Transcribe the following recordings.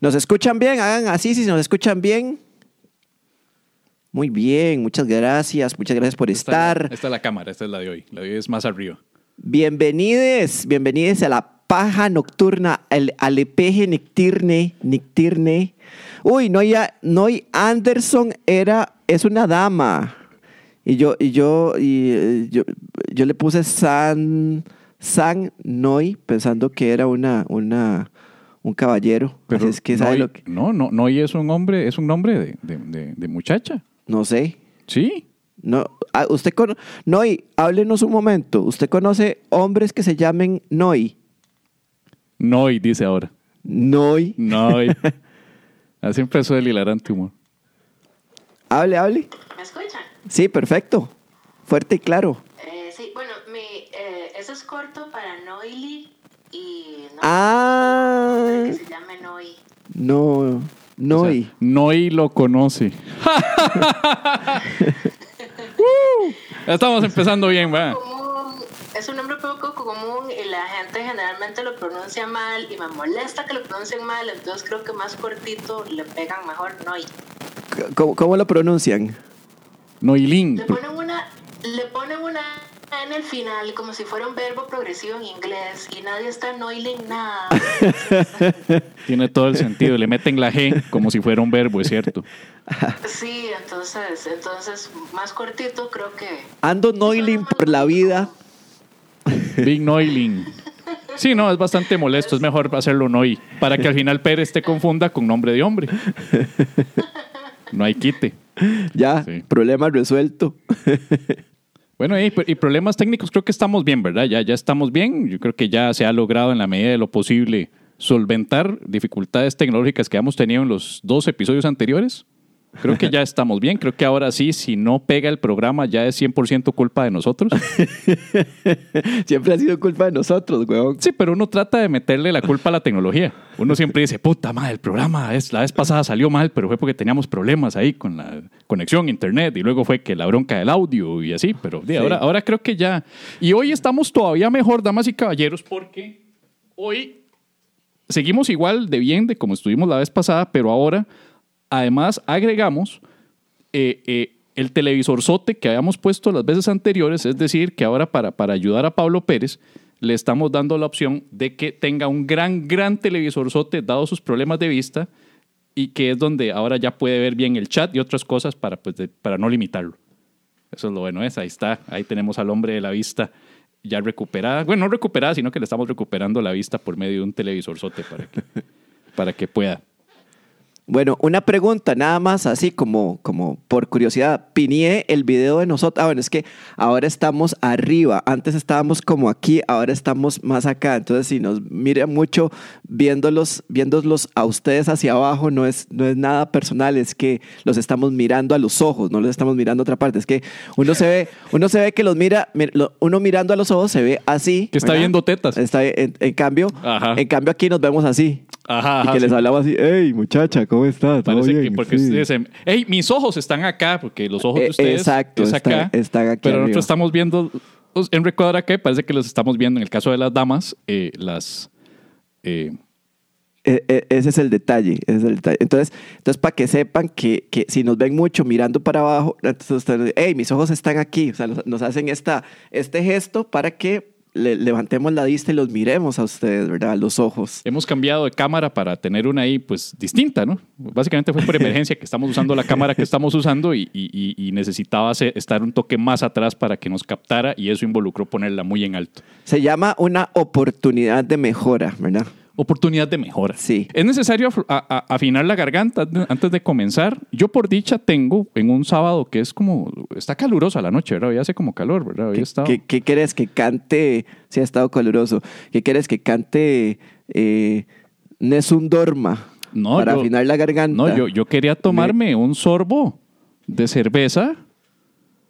¿Nos escuchan bien? Hagan así si nos escuchan bien. Muy bien, muchas gracias por estar. Esta es la cámara, esta es la de hoy. La de hoy es más arriba. Bienvenidos a la paja nocturna, al alepeje nictirne. Uy, Noy Anderson es una dama. Y yo le puse San Noy pensando que era un caballero. Pero así es que sabe lo que... Noy es un nombre de muchacha. No sé. Sí. No, Noy, háblenos un momento. ¿Usted conoce hombres que se llamen Noy? Noy, dice ahora. Noy. Así empezó el hilarante humor. Hable. ¿Me escuchan? Sí, perfecto. Fuerte y claro. Sí, bueno, eso es corto para Noily y Ah. que se llame Noy. No, Noy. O sea, Noy lo conoce. Estamos empezando bien, va. Es un nombre poco común y la gente generalmente lo pronuncia mal y me molesta que lo pronuncien mal, entonces creo que más cortito le pegan mejor Noy. ¿Cómo lo pronuncian? Noilín. Le ponen una en el final como si fuera un verbo progresivo en inglés y nadie está noiling nada. Tiene todo el sentido. Le meten la G como si fuera un verbo, es cierto. Sí, entonces más cortito creo que... Ando noiling por la vida. Big Noiling. Sí, no, es bastante molesto. Es mejor hacerlo Noy para que al final Pérez te confunda con nombre de hombre. No hay quite. Ya, sí. Problema resuelto. Bueno, y problemas técnicos creo que estamos bien, ¿verdad? Ya estamos bien. Yo creo que ya se ha logrado en la medida de lo posible solventar dificultades tecnológicas que hemos tenido en los 2 episodios anteriores. Creo que ya estamos bien. Creo que ahora sí, si no pega el programa, ya es 100% culpa de nosotros. Siempre ha sido culpa de nosotros, weón. Sí, pero uno trata de meterle la culpa a la tecnología. Uno siempre dice, puta madre, el programa la vez pasada salió mal, pero fue porque teníamos problemas ahí con la conexión a internet y luego fue que la bronca del audio y así. Pero sí. ahora creo que ya... Y hoy estamos todavía mejor, damas y caballeros, porque hoy seguimos igual de bien de como estuvimos la vez pasada, pero ahora... Además, agregamos el televisorzote que habíamos puesto las veces anteriores, es decir, que ahora para ayudar a Pablo Pérez le estamos dando la opción de que tenga un gran televisorzote dado sus problemas de vista y que es donde ahora ya puede ver bien el chat y otras cosas para no limitarlo. Eso es lo bueno, ahí está, ahí tenemos al hombre de la vista ya recuperada, bueno, no recuperada, sino que le estamos recuperando la vista por medio de un televisorzote para que pueda. Bueno, una pregunta nada más, así como por curiosidad. Pineé el video de nosotros. Bueno, es que ahora estamos arriba. Antes estábamos como aquí, ahora estamos más acá. Entonces, si nos miran mucho viéndolos a ustedes hacia abajo, no es nada personal. Es que los estamos mirando a los ojos, no los estamos mirando a otra parte. Es que uno se ve que los mira, uno mirando a los ojos se ve así. Que está ¿verdad? viendo tetas. En cambio aquí nos vemos así. Y que les hablaba así, hey, muchacha, ¿cómo estás? Parece bien? Que porque ustedes dicen, hey, mis ojos están acá, porque los ojos de ustedes exacto, es acá, están aquí pero arriba. nosotros estamos viendo, en Recuadra acá, parece que los estamos viendo, en el caso de las damas, Ese es el detalle. Entonces para que sepan que si nos ven mucho mirando para abajo, entonces ustedes, hey, mis ojos están aquí. O sea, nos hacen este gesto para que levantemos la vista y los miremos a ustedes, ¿verdad? A los ojos. Hemos cambiado de cámara para tener una ahí, pues, distinta, ¿no? Básicamente fue por emergencia que estamos usando la cámara que estamos usando y necesitaba estar un toque más atrás para que nos captara y eso involucró ponerla muy en alto. Se llama una oportunidad de mejora, ¿verdad? Oportunidad de mejora. Sí. Es necesario afinar la garganta antes de comenzar. Yo por dicha tengo en un sábado que es como... Está calurosa la noche, ¿verdad? Hoy hace como calor, ¿verdad? Hoy ¿Qué quieres que cante? Sí, ha estado caluroso. ¿Qué quieres que cante Nessun Dorma? No, para afinar la garganta. No, yo quería tomarme un sorbo de cerveza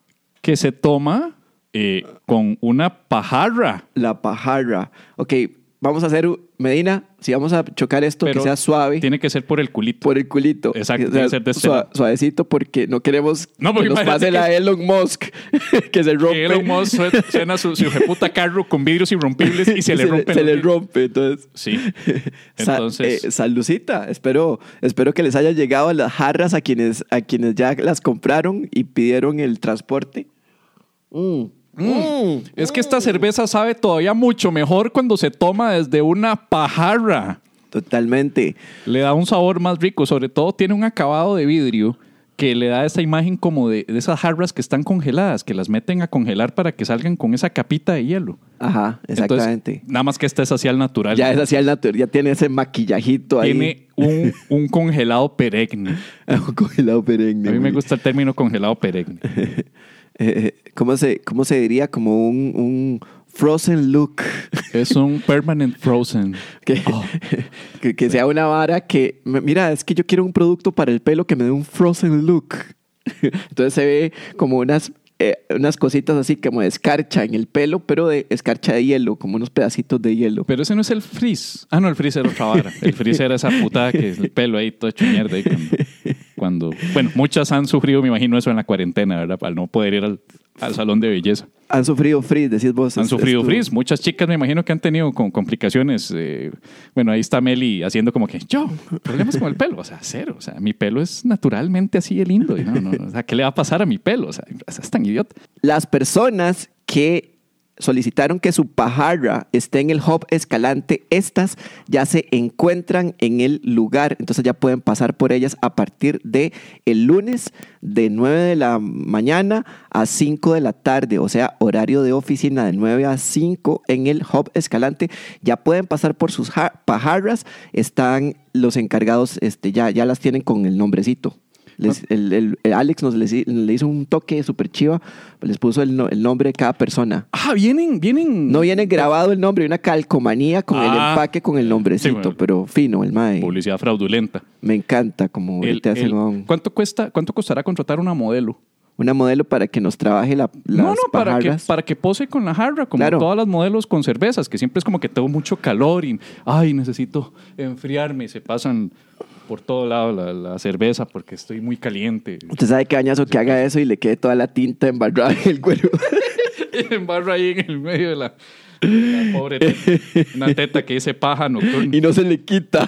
que se toma con una pajarra. La pajarra. Ok, vamos a hacer, Medina, si vamos a chocar esto, Pero que sea suave. Tiene que ser por el culito. Por el culito. Exacto, tiene que ser de este lado. Suavecito, porque no queremos No, porque que nos imagínate pase la Elon Musk, que se rompe. Que Elon Musk suena su puta carro con vidrios irrompibles y se le rompe. Se le rompe, entonces. Sí. Entonces, saludcita. Espero que les haya llegado las jarras a quienes ya las compraron y pidieron el transporte. es que esta cerveza sabe todavía mucho mejor cuando se toma desde una pajarra. Totalmente. Le da un sabor más rico. Sobre todo tiene un acabado de vidrio que le da esa imagen como de esas jarras que están congeladas, que las meten a congelar para que salgan con esa capita de hielo. Ajá, exactamente. Entonces, nada más que esta es así al natural. Ya es así al natural, ya tiene ese maquillajito ahí. Tiene un congelado perenne. Un congelado perenne. A mí me gusta el término congelado perenne. ¿Cómo se diría? Como un frozen look. Es un permanent frozen. Que sea una vara que... Mira, es que yo quiero un producto para el pelo que me dé un frozen look. Entonces se ve como unas cositas así como de escarcha en el pelo, pero de escarcha de hielo, como unos pedacitos de hielo. Pero ese no es el frizz. Ah, no, el frizz era otra vara. El frizz era esa putada que es el pelo ahí todo hecho mierda. Ahí cuando... Bueno, muchas han sufrido, me imagino, eso en la cuarentena, ¿verdad? Al no poder ir al salón de belleza. Han sufrido frizz, decís vos. Han sufrido frizz. Muchas chicas me imagino que han tenido complicaciones. Bueno, ahí está Meli haciendo como que yo, problemas con el pelo. O sea, cero. O sea, mi pelo es naturalmente así de lindo. Y no. O sea, ¿qué le va a pasar a mi pelo? O sea, es tan idiota. Las personas que solicitaron que su pajarra esté en el Hub Escalante, estas ya se encuentran en el lugar, entonces ya pueden pasar por ellas a partir de el lunes de 9 de la mañana a 5 de la tarde, o sea, horario de oficina de 9 a 5 en el Hub Escalante. Ya pueden pasar por sus pajarras, están los encargados, ya las tienen con el nombrecito. El Alex le hizo un toque súper chiva, les puso el nombre de cada persona. Ah, vienen. No viene grabado el nombre, hay una calcomanía con el empaque con el nombrecito, sí, bueno, pero fino, el mae. Publicidad fraudulenta. Me encanta como te hacen. ¿Cuánto costará contratar una modelo? Una modelo para que nos trabaje las pajarras. para que pose con la jarra, como claro. Todas las modelos con cervezas, que siempre es como que tengo mucho calor y necesito enfriarme y se pasan por todo lado la cerveza porque estoy muy caliente. Usted sabe que bañazo que haga eso y le quede toda la tinta embarrada en el cuero. Embarra ahí en el medio de la pobre una teta que dice paja nocturna. Y no se le quita.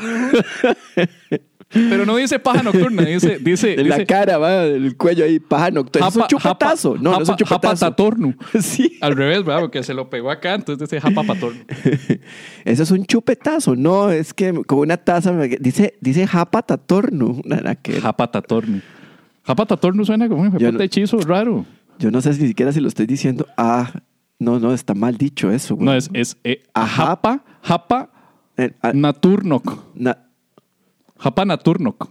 Pero no dice paja nocturna, dice en la cara, va, el cuello ahí, paja nocturna. Es un chupetazo. No es un chupetazo. Japa tatorno. Sí. Al revés, ¿verdad? Porque se lo pegó acá, entonces dice japa patorno. Ese es un chupetazo. No, es que como una taza dice japa tatorno. Japa tatorno. Japa tatorno suena como un hechizo raro. Yo no sé ni siquiera si lo estoy diciendo. No, está mal dicho eso. Güey. No, es japa naturnok. Japa naturnok.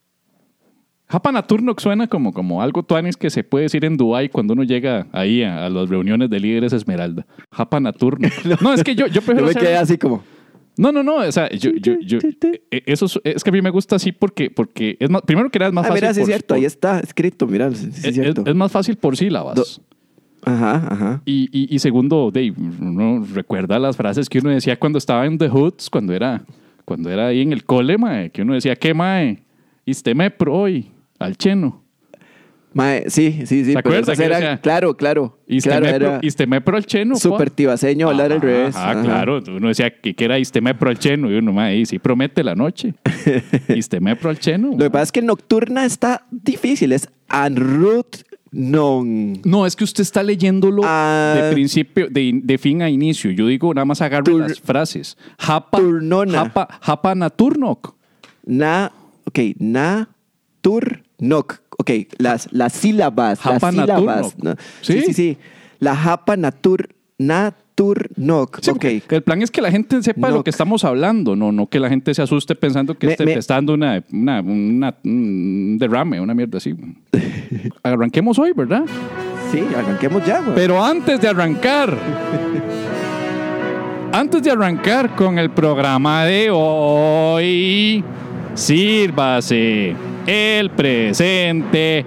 Japa naturnok suena como algo tuanis que se puede decir en Dubái cuando uno llega ahí a las reuniones de líderes Esmeralda. Japa naturnok. No, es que yo prefiero. Yo me quedé así como. No. O sea, eso es que a mí me gusta así porque es más, primero que nada es más fácil. Mira, sí es cierto, ahí está escrito, mira, sí es cierto. Es más fácil por sílabas. Ajá. Y segundo, Dave, uno recuerda las frases que uno decía cuando estaba en The Hoods, cuando era ahí en el cole, mae, que uno decía, ¿qué, mae? Isteme pro hoy, al cheno. Mae, sí. ¿Se acuerda que era, claro. Isteme pro al cheno. Súper tibaseño hablar al revés. Claro. Uno decía que era Isteme pro al cheno. Y uno, mae, sí promete la noche. Isteme pro al cheno. Lo que pasa es que nocturna está difícil. Es Anrut non. No, es que usted está leyéndolo de principio, de fin a inicio. Yo digo, nada más agarre las frases. Japa naturnok. Naturnok. Ok, las sílabas. Japa naturnok. ¿No? Sí. La japa naturnok. Sí, okay. El plan es que la gente sepa de lo que estamos hablando, no que la gente se asuste pensando que está dando un derrame, una mierda así. Arranquemos hoy, ¿verdad? Sí, arranquemos ya, güey. Pero antes de arrancar con el programa de hoy, sírvase el presente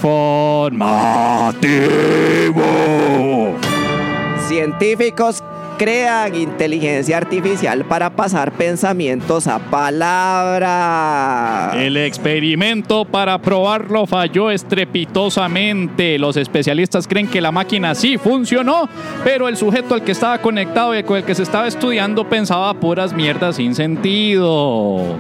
informativo. Científicos crean inteligencia artificial para pasar pensamientos a palabras. El experimento para probarlo falló estrepitosamente. Los especialistas creen que la máquina sí funcionó, pero el sujeto al que estaba conectado y con el que se estaba estudiando pensaba puras mierdas sin sentido.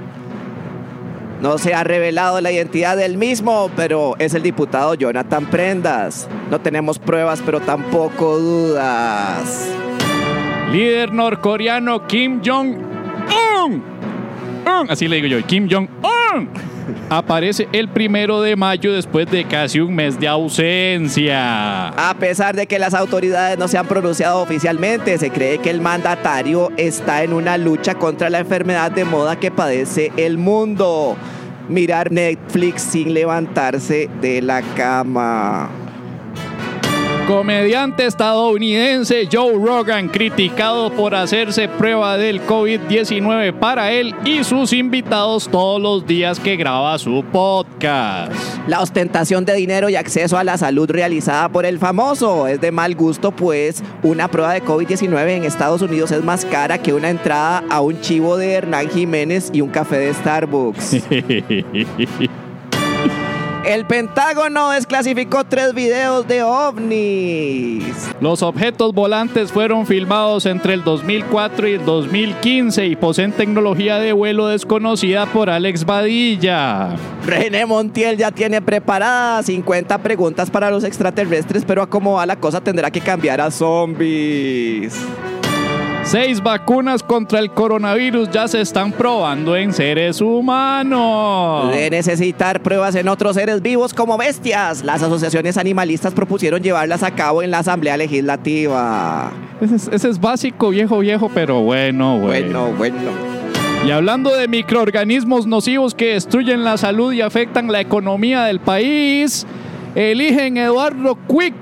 No se ha revelado la identidad del mismo, pero es el diputado Jonathan Prendas. No tenemos pruebas, pero tampoco dudas. Líder norcoreano Kim Jong-un, así le digo yo, Kim Jong-un, aparece el 1 de mayo después de casi un mes de ausencia. A pesar de que las autoridades no se han pronunciado oficialmente, se cree que el mandatario está en una lucha contra la enfermedad de moda que padece el mundo: mirar Netflix sin levantarse de la cama. Comediante estadounidense Joe Rogan, criticado por hacerse prueba del COVID-19 para él y sus invitados todos los días que graba su podcast. La ostentación de dinero y acceso a la salud realizada por el famoso es de mal gusto, pues una prueba de COVID-19 en Estados Unidos es más cara que una entrada a un chivo de Hernán Jiménez y un café de Starbucks. El Pentágono desclasificó 3 videos de ovnis. Los objetos volantes fueron filmados entre el 2004 y el 2015 y poseen tecnología de vuelo desconocida por Alex Badilla. René Montiel ya tiene preparadas 50 preguntas para los extraterrestres, pero a cómo va la cosa tendrá que cambiar a zombies. 6 vacunas contra el coronavirus ya se están probando en seres humanos. De necesitar pruebas en otros seres vivos como bestias, las asociaciones animalistas propusieron llevarlas a cabo en la Asamblea Legislativa. Ese es básico, viejo, pero bueno. Bueno. Y hablando de microorganismos nocivos que destruyen la salud y afectan la economía del país, eligen Eduardo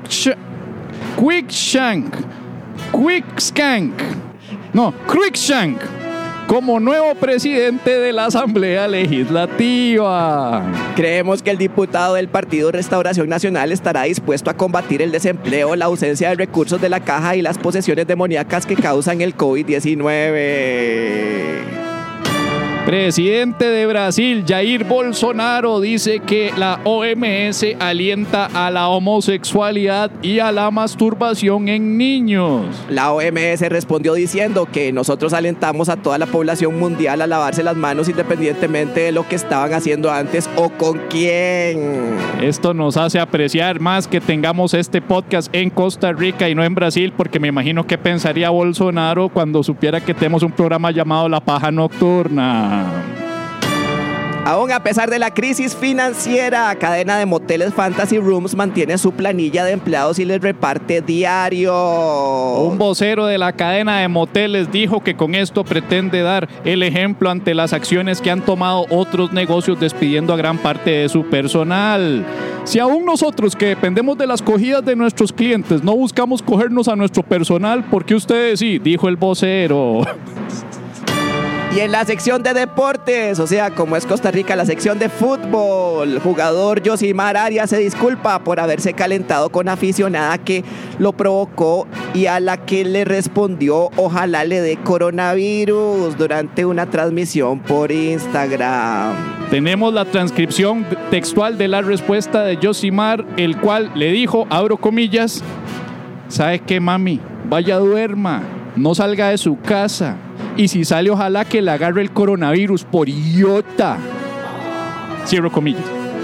Cruikshank como nuevo presidente de la Asamblea Legislativa. Creemos que el diputado del Partido Restauración Nacional estará dispuesto a combatir el desempleo, la ausencia de recursos de la caja y las posesiones demoníacas que causan el COVID-19. Presidente de Brasil, Jair Bolsonaro, dice que la OMS alienta a la homosexualidad y a la masturbación en niños. La OMS respondió diciendo que nosotros alentamos a toda la población mundial a lavarse las manos independientemente de lo que estaban haciendo antes o con quién. Esto nos hace apreciar más que tengamos este podcast en Costa Rica y no en Brasil, porque me imagino que pensaría Bolsonaro cuando supiera que tenemos un programa llamado La Paja Nocturna. Aún a pesar de la crisis financiera, cadena de moteles Fantasy Rooms mantiene su planilla de empleados y les reparte diario. Un vocero de la cadena de moteles dijo que con esto pretende dar el ejemplo ante las acciones que han tomado otros negocios despidiendo a gran parte de su personal. Si aún nosotros que dependemos de las cogidas de nuestros clientes no buscamos cogernos a nuestro personal, ¿por qué ustedes sí? Dijo el vocero. Y en la sección de deportes, o sea, como es Costa Rica, la sección de fútbol, el jugador Yosimar Arias se disculpa por haberse calentado con aficionada que lo provocó y a la que le respondió ojalá le dé coronavirus durante una transmisión por Instagram. Tenemos la transcripción textual de la respuesta de Yosimar, el cual le dijo, abro comillas, ¿sabe qué, mami? Vaya, duerma, no salga de su casa. Y si sale, ojalá que le agarre el coronavirus por idiota. Cierro comillas.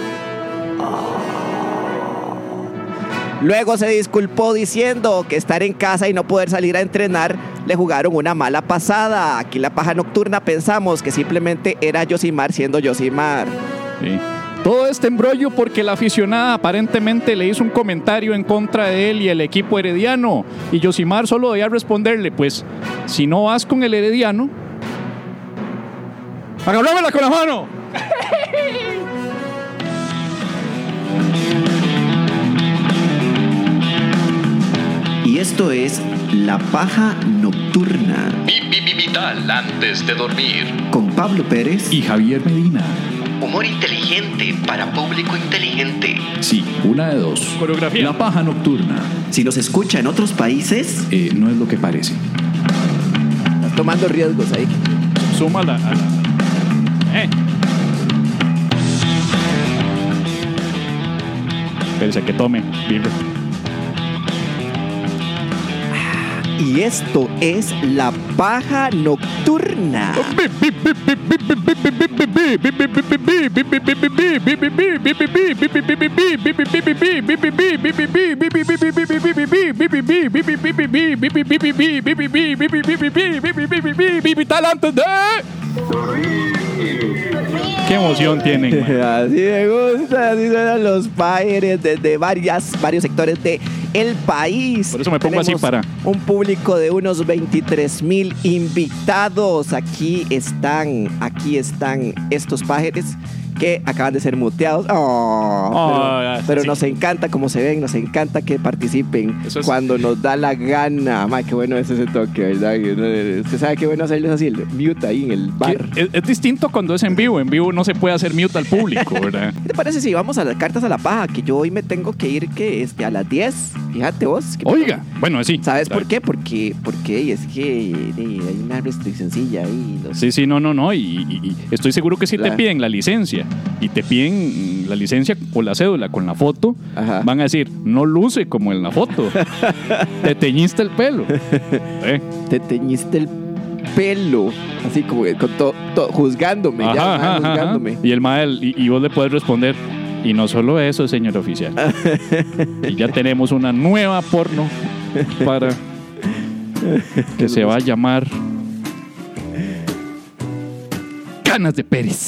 Luego se disculpó diciendo que estar en casa y no poder salir a entrenar le jugaron una mala pasada. Aquí en La Paja Nocturna pensamos que simplemente era Yosimar siendo Yosimar. Sí. Todo este embrollo porque la aficionada aparentemente le hizo un comentario en contra de él y el equipo herediano. Y Yosimar solo debía responderle, pues, si no vas con el herediano, agárramela con la mano. Y esto es La Paja Nocturna. Vital antes de dormir. Con Pablo Pérez y Javier Medina. Humor inteligente para público inteligente. Sí, una de dos. Coreografía. La paja nocturna. Si nos escucha en otros países, No es lo que parece. estás tomando riesgos ahí. Suma a la Espérense que tome, birra. Y esto es La Paja Nocturna. Qué emoción tienen, man. Así me gusta, así suenan los padres desde varios sectores de el país. Por eso me pongo así Tenemos para... un público de unos 23,000 invitados. Aquí están estos pájaros que acaban de ser muteados. Pero nos encanta como se ven, nos encanta que participen cuando nos da la gana. Ay, qué bueno es ese toque, ¿verdad? Usted sabe qué bueno hacerles así, el mute ahí en el bar. Es distinto cuando es en vivo. En vivo no se puede hacer mute al público, ¿verdad? ¿Qué te parece si vamos a las cartas a la paja? Que yo hoy me tengo que ir a las 10. Fíjate vos. Oiga, bueno, así. ¿Sabes por qué? Porque es que hay una restriccioncilla ahí. Sí, no. Y estoy seguro que si te piden la licencia y te piden la licencia o la cédula con la foto, Ajá. van a decir, no luce como en la foto. Te teñiste el pelo. Te teñiste el pelo. Así como con juzgándome. Juzgándome. Y el mael, y vos le puedes responder, y no solo eso, señor oficial. Y ya tenemos una nueva porno para que se va a llamar Canas de Pérez.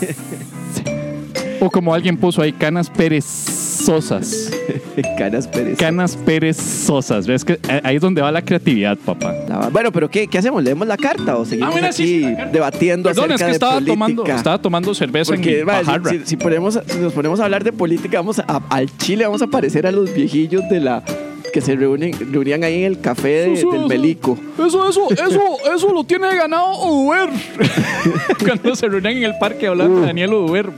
O como alguien puso ahí, Canas perezosas. Canas perezosas. ¿Ves? Que ahí es donde va la creatividad, papá. Bueno, pero ¿qué hacemos? ¿Leemos la carta o seguimos aquí debatiendo Perdón, acerca es que de política? estaba tomando cerveza. Porque en mi pajarra. si nos ponemos a hablar de política, al Chile vamos a parecer a los viejillos que se reunían ahí en el café del Melico. Eso lo tiene ganado Uber. Cuando se reunían en el parque hablando de Daniel Uber.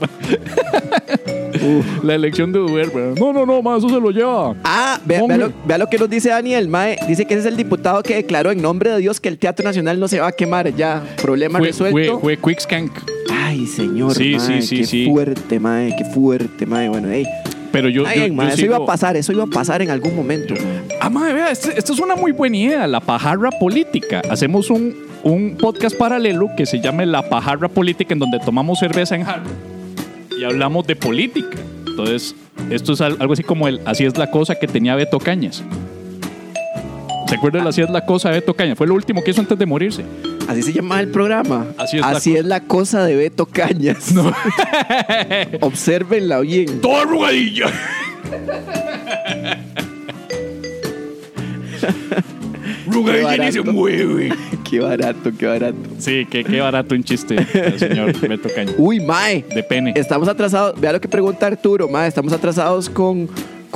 La elección de Uber. No, ma, eso se lo lleva. Vea lo que nos dice Daniel, mae. Dice que ese es el diputado que declaró en nombre de Dios que el Teatro Nacional no se va a quemar. Ya, problema resuelto. Fue Quickskank. Ay, señor, sí. Qué fuerte, mae. Bueno, pero yo eso iba a pasar en algún momento. Madre, vea, esto es una muy buena idea, la pajarra política. Hacemos un podcast paralelo que se llame La Pajarra Política, en donde tomamos cerveza en jarro y hablamos de política. Entonces, esto es algo así como Así es la cosa que tenía Beto Cañas. ¿Se acuerdan de Así es la cosa de Beto Cañas? Fue lo último que hizo antes de morirse. Así se llama el programa. Así es la cosa de Beto Cañas. No. Obsérvenla bien. Toda arrugadilla. Rugadilla ni se mueve. Qué barato. Sí, qué barato un chiste, señor Beto Cañas. Uy, mae. De pene. Estamos atrasados. Vea lo que pregunta Arturo, mae. Estamos atrasados con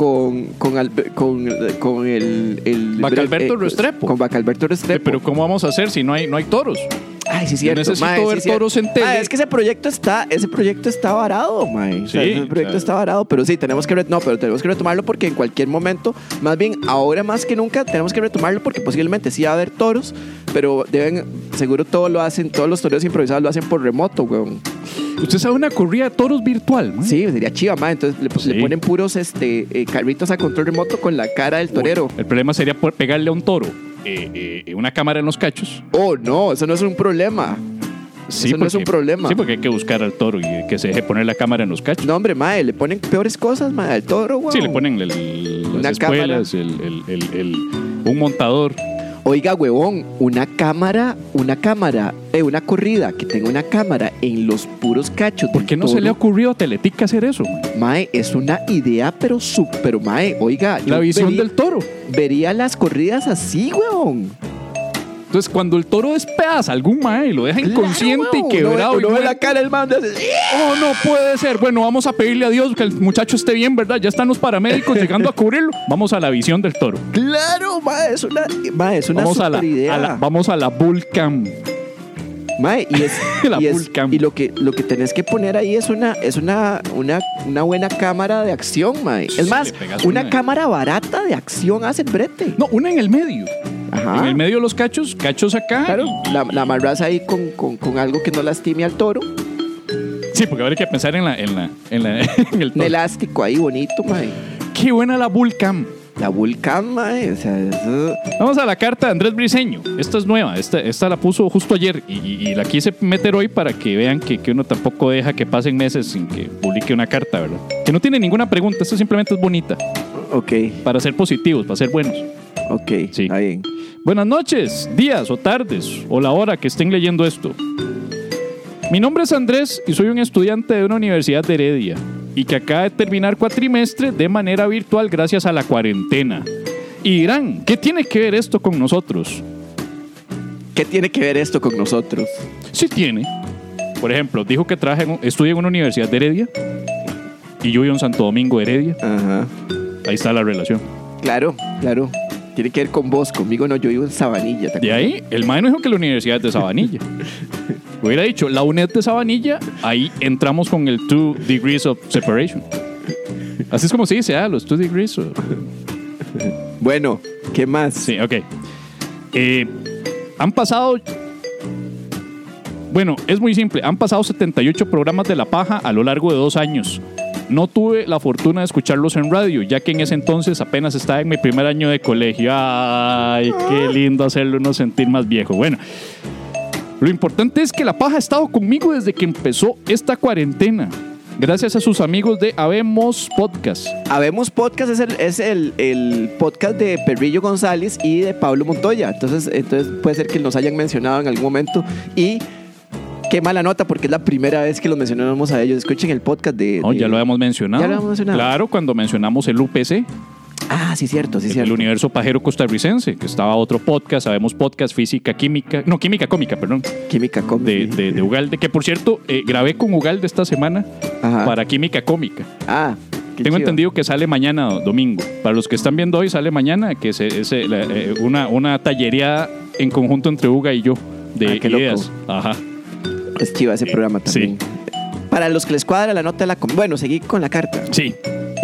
el Bacalberto Restrepo. Con Bacalberto Restrepo. Pero ¿cómo vamos a hacer si no hay toros? Ay, sí, cierto. Necesito ver toros en tele. Es que ese proyecto está varado, mae. Sí, ese proyecto está varado, pero sí, tenemos que retomarlo porque en cualquier momento, más bien ahora más que nunca, tenemos que retomarlo porque posiblemente sí va a haber toros, pero seguro todos los toreros improvisados lo hacen por remoto, weón. ¿Usted sabe una corrida de toros virtual, man? Sí, sería chiva, mae. Entonces le ponen puros carritos a control remoto con la cara del torero. El problema sería pegarle a un toro una cámara en los cachos. Oh, no, eso no es un problema. Sí, eso no es un problema. Sí, porque hay que buscar al toro y que se deje poner la cámara en los cachos. No, hombre, mae, le ponen peores cosas, mae, al toro, weón. Sí, le ponen las espuelas, un montador. Oiga, huevón, una corrida que tenga una cámara en los puros cachos. ¿Por qué no se le ha ocurrido a Teletica hacer eso? Mae, es una idea, pero mae, oiga. La visión del toro. Vería las corridas así, huevón. Entonces, cuando el toro despedaza a algún mae y lo deja inconsciente y quebrado. Uno ve la cara del man. Oh, no puede ser. Bueno, vamos a pedirle a Dios que el muchacho esté bien, ¿verdad? Ya están los paramédicos llegando a cubrirlo. Vamos a la visión del toro. Claro, mae, es una super idea. Vamos a la Bullcam. Mae, La full cam. y lo que tenés que poner ahí es una buena cámara de acción, mae. Es Sí, más, le pegas una una. cámara barata de acción hace el brete. No, una en el medio. Ajá. En el medio los cachos acá. Claro, la amarras ahí con algo que no lastime al toro. Sí, porque ahora hay que pensar en el Un elástico ahí bonito, mae. Qué buena la Bullcam. La Vulcan, mae. O sea, eso... Vamos a la carta de Andrés Briseño. Esta es nueva. Esta la puso justo ayer y la quise meter hoy para que vean que uno tampoco deja que pasen meses sin que publique una carta, ¿verdad? Que no tiene ninguna pregunta. Esto simplemente es bonita. Ok, Para ser positivos, para ser buenos. ok. Sí. Está bien. Buenas noches, días o tardes o la hora que estén leyendo esto. Mi nombre es Andrés y soy un estudiante de una universidad de Heredia y que acaba de terminar cuatrimestre de manera virtual gracias a la cuarentena. Y dirán, ¿qué tiene que ver esto con nosotros? ¿Qué tiene que ver esto con nosotros? Sí tiene. Por ejemplo, dijo que estudia en una universidad de Heredia y yo vivo en Santo Domingo, Heredia. Ajá. Ahí está la relación. Claro, claro. Tiene que ver con vos. Conmigo no, yo vivo en Sabanilla. ¿te De acuerdas? ahí, el mae no dijo que la universidad es de Sabanilla. Hubiera dicho, la UNED de Sabanilla, ahí entramos con el 2 degrees of separation. Así es como se dice, los 2 degrees. Bueno, ¿qué más? Sí, ok. Han pasado... Bueno, es muy simple. Han pasado 78 programas de La Paja a lo largo de 2 años. No tuve la fortuna de escucharlos en radio, ya que en ese entonces apenas estaba en mi primer año de colegio. ¡Ay, qué lindo hacerlo uno sentir más viejo! Bueno, lo importante es que La Paja ha estado conmigo desde que empezó esta cuarentena. Gracias a sus amigos de Habemos Podcast. Habemos Podcast es el podcast de Perrillo González y de Pablo Montoya. Entonces puede ser que nos hayan mencionado en algún momento. Y qué mala nota, porque es la primera vez que los mencionamos a ellos. Escuchen el podcast de... Oh, ya lo habíamos mencionado. Ya lo habíamos mencionado. Claro, cuando mencionamos el UPC, Ah, sí, cierto, sí, cierto. el Universo Pajero Costarricense, que estaba otro podcast, Habemos Podcast, Física, Química... No, Química Cómica, perdón. Química cómica. De Ugalde, que por cierto, grabé con Ugalde esta semana Ajá. para Química Cómica. Ah, qué Tengo chido. entendido que sale mañana domingo. Para los que están viendo hoy, sale mañana, que es una tallereada en conjunto entre Uga y yo de qué loco. ideas. Ajá. Es chiva ese programa también. Para los que les cuadra la nota de la... Bueno, seguí con la carta. Sí.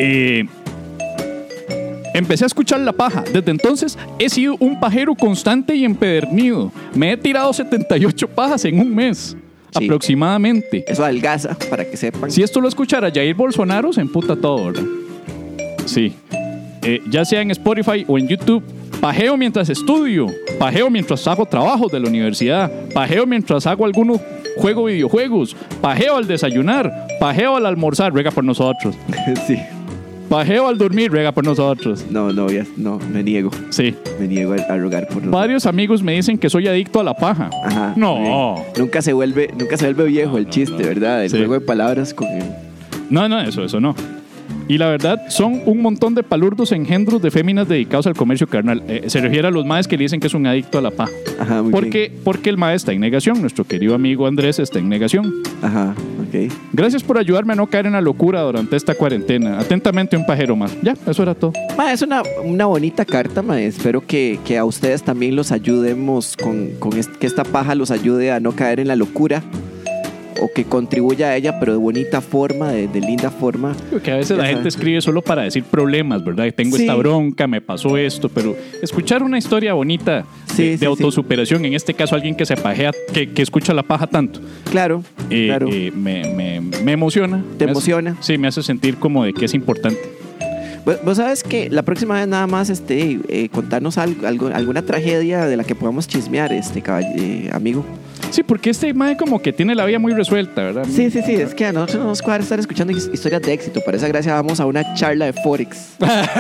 Empecé a escuchar La Paja. Desde entonces he sido un pajero constante y empedernido. Me he tirado 78 pajas en un mes, Sí. aproximadamente. Eso adelgaza, para que sepan. Si esto lo escuchara Jair Bolsonaro, se emputa todo, ¿verdad? Sí. Ya sea en Spotify o en YouTube. Pajeo mientras estudio. Pajeo mientras hago trabajos de la universidad. Pajeo mientras hago algunos juego videojuegos. Pajeo al desayunar. Pajeo al almorzar. Ruega por nosotros. Sí. Pajeo al dormir. Ruega por nosotros. No, me niego. Sí. Me niego a rogar por nosotros. Varios amigos me dicen que soy adicto a la paja. Ajá. No. muy bien. Nunca se vuelve viejo el chiste, ¿verdad? El Sí. juego de palabras con el... No, eso no. Y la verdad, son un montón de palurdos engendros de féminas dedicados al comercio carnal. Se refiere a los maes que le dicen que es un adicto a la paja. Ajá, muy bien. Porque el mae está en negación. Nuestro querido amigo Andrés está en negación. Ajá, ok. Gracias por ayudarme a no caer en la locura durante esta cuarentena. Atentamente, un pajero más. Ya, eso era todo. Ma, es una bonita carta, ma. Espero que a ustedes también los ayudemos que esta paja los ayude a no caer en la locura o que contribuya a ella, pero de bonita forma, de linda forma. Que a veces la Ajá. gente escribe solo para decir problemas, ¿verdad? Que tengo Sí. esta bronca, me pasó esto, pero escuchar una historia bonita Sí, de sí, autosuperación, en este caso alguien que se pajea, que escucha la paja tanto, Claro, claro. me emociona. ¿Te Me hace- emociona? Sí, me hace sentir como de que es importante. Vos sabes que la próxima vez nada más contarnos alguna tragedia de la que podamos chismear, amigo. Sí, porque este mae como que tiene la vida muy resuelta, ¿verdad? Sí, es que a nosotros no nos cuadra estar escuchando historias de éxito. Para esa gracia vamos a una charla de Forex.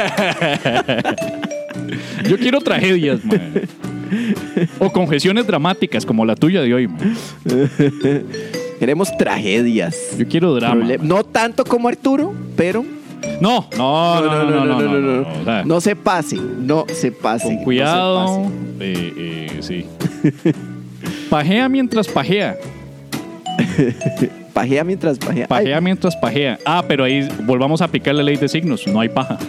Yo quiero tragedias, mae. O confesiones dramáticas como la tuya de hoy, mae. Queremos tragedias. Yo quiero drama. No tanto como Arturo, pero No. O sea, no se pase, no se pase. con no se cuidado. pase. Sí. Pajea mientras pajea. Pajea mientras pajea. Pajea mientras pajea. Ah, pero ahí volvamos a aplicar la ley de signos. No hay paja.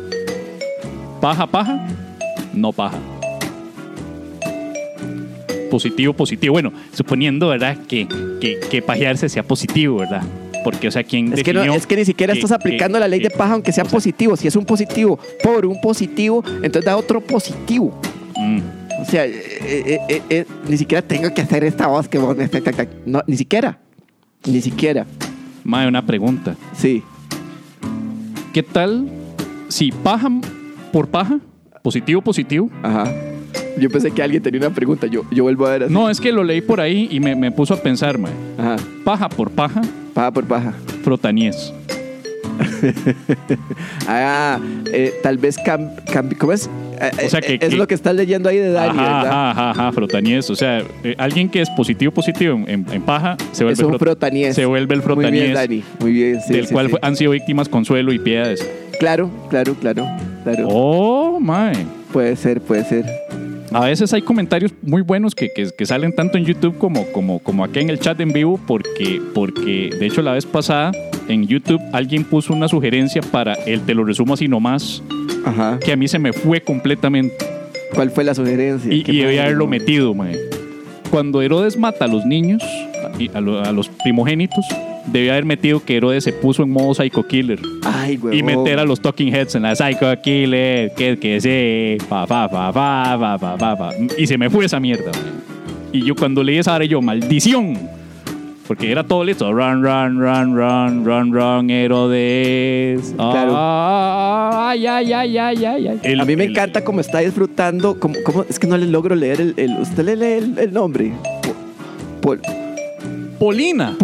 Paja, no paja. positivo. Bueno, suponiendo, ¿verdad? Que pajearse sea positivo, ¿verdad? Porque, o sea, ¿quién Es que, definió es que ni siquiera estás aplicando la ley de paja aunque sea positivo. Si es un positivo por un positivo, entonces da otro positivo. O sea, ni siquiera tengo que hacer esta voz que vos... No, ni siquiera. Mae, una pregunta. Sí. ¿Qué tal si paja por paja? Positivo. Ajá. Yo pensé que alguien tenía una pregunta. Yo vuelvo a ver así. No, es que lo leí por ahí y me puso a pensar, mae. Ajá. Paja por paja, Paja por paja. frotaníes. Tal vez ¿cómo es? O sea, que es lo que estás leyendo ahí de Dani, ¿verdad? Ajá, frotaníes. O sea, alguien que es positivo en paja se vuelve Es un frotaníes. Se vuelve el frotaníes. Muy bien, Dani. Muy bien, sí, del cual han sido víctimas Consuelo y Piedades. Claro. Oh, mae. Puede ser. A veces hay comentarios muy buenos que salen tanto en YouTube como acá en el chat en vivo porque de hecho la vez pasada en YouTube alguien puso una sugerencia para el te lo resumo así nomás. Ajá. Que a mí se me fue completamente. ¿Cuál fue la sugerencia? Y debía haberlo metido, mae. Cuando Herodes mata a los niños, a los primogénitos, debía haber metido que Herodes se puso en modo Psycho Killer. Ay, güey. Y meter a los Talking Heads en la Psycho Killer, que sí, pa. Y se me fue esa mierda, mae. Y yo cuando leí esa hora yo, maldición. Porque era todo listo. Run, Herodes. Claro. Ay. A mí me encanta cómo está disfrutando. ¿Cómo? Es que no le logro leer usted le lee el nombre. Polina.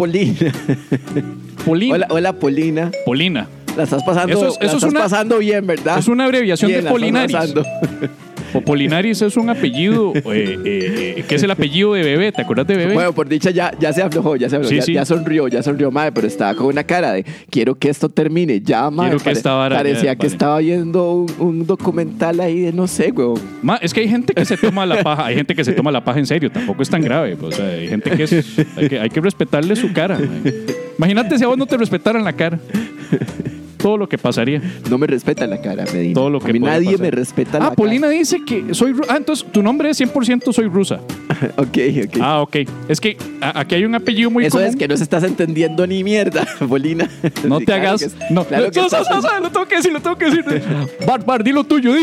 Hola, Polina. Polina. La estás pasando, pasando bien, ¿verdad? Es una abreviación bien, de Polinaris. Polinaris es un apellido, que es el apellido de Bebé. ¿Te acuerdas de Bebé? Bueno, por dicha ya se aflojó, Sí. ya sonrió, madre, pero estaba con una cara de quiero que esto termine, ya, madre. Parecía que estaba viendo un documental ahí de no sé, güey. Es que hay gente que se toma la paja, en serio, tampoco es tan grave. O sea, hay gente que hay que respetarle su cara. Imagínate si a vos no te respetaran la cara. Todo lo que pasaría. No me respeta la cara, Medina. Todo lo que a mí nadie pasar. me respeta la cara. Polina dice que soy rusa. Entonces tu nombre es 100% soy rusa. Ok. Ok. Es que aquí hay un apellido muy Eso común. es que no se estás entendiendo ni mierda, Polina. No Sí, te claro hagas. No, claro que lo tengo que decir. Bar, dilo tuyo.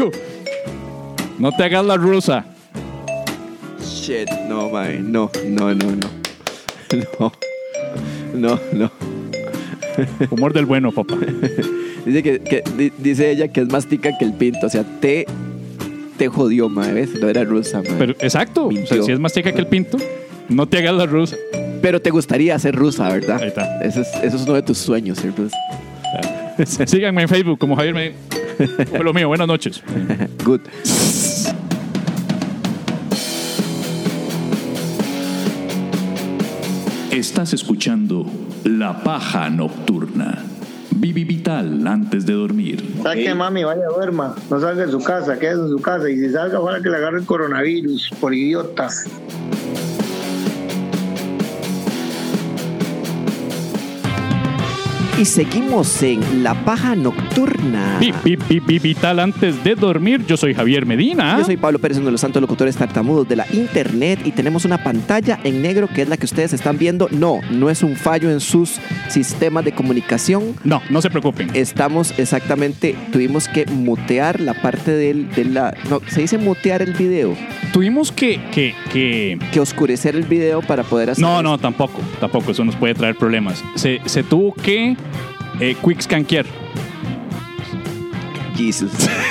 No te hagas la rusa. Shit, no, mae. No. Humor del bueno, papá. Dice ella que es más tica que el pinto. O sea, te jodió, mae. ¿Ves? No era rusa, mae. Pero, exacto. O sea, si es más chica que el pinto, no te hagas la rusa. Pero te gustaría ser rusa, ¿verdad? Ahí está. Eso es uno de tus sueños, ser rusa. Síganme en Facebook como Javier Medina. Fue lo mío. Buenas noches. Good. Estás escuchando La Paja Nocturna. Vivi Vital antes de dormir. ¿Sabe qué, mami? Vaya, duerma. No salga de su casa, quédese en su casa. Y si salga, ojalá que le agarre el coronavirus, por idiota. Y seguimos en La Paja Nocturna. Vital antes de dormir. Yo soy Javier Medina. Yo soy Pablo Pérez, uno de los santos locutores tartamudos de la internet, y tenemos una pantalla en negro que es la que ustedes están viendo. No es un fallo en sus sistemas de comunicación. No se preocupen. Tuvimos que mutear la parte no, se dice mutear el video. Tuvimos que oscurecer el video para poder hacer. No, tampoco. Eso nos puede traer problemas. Se tuvo que quick scanquear. Jesus.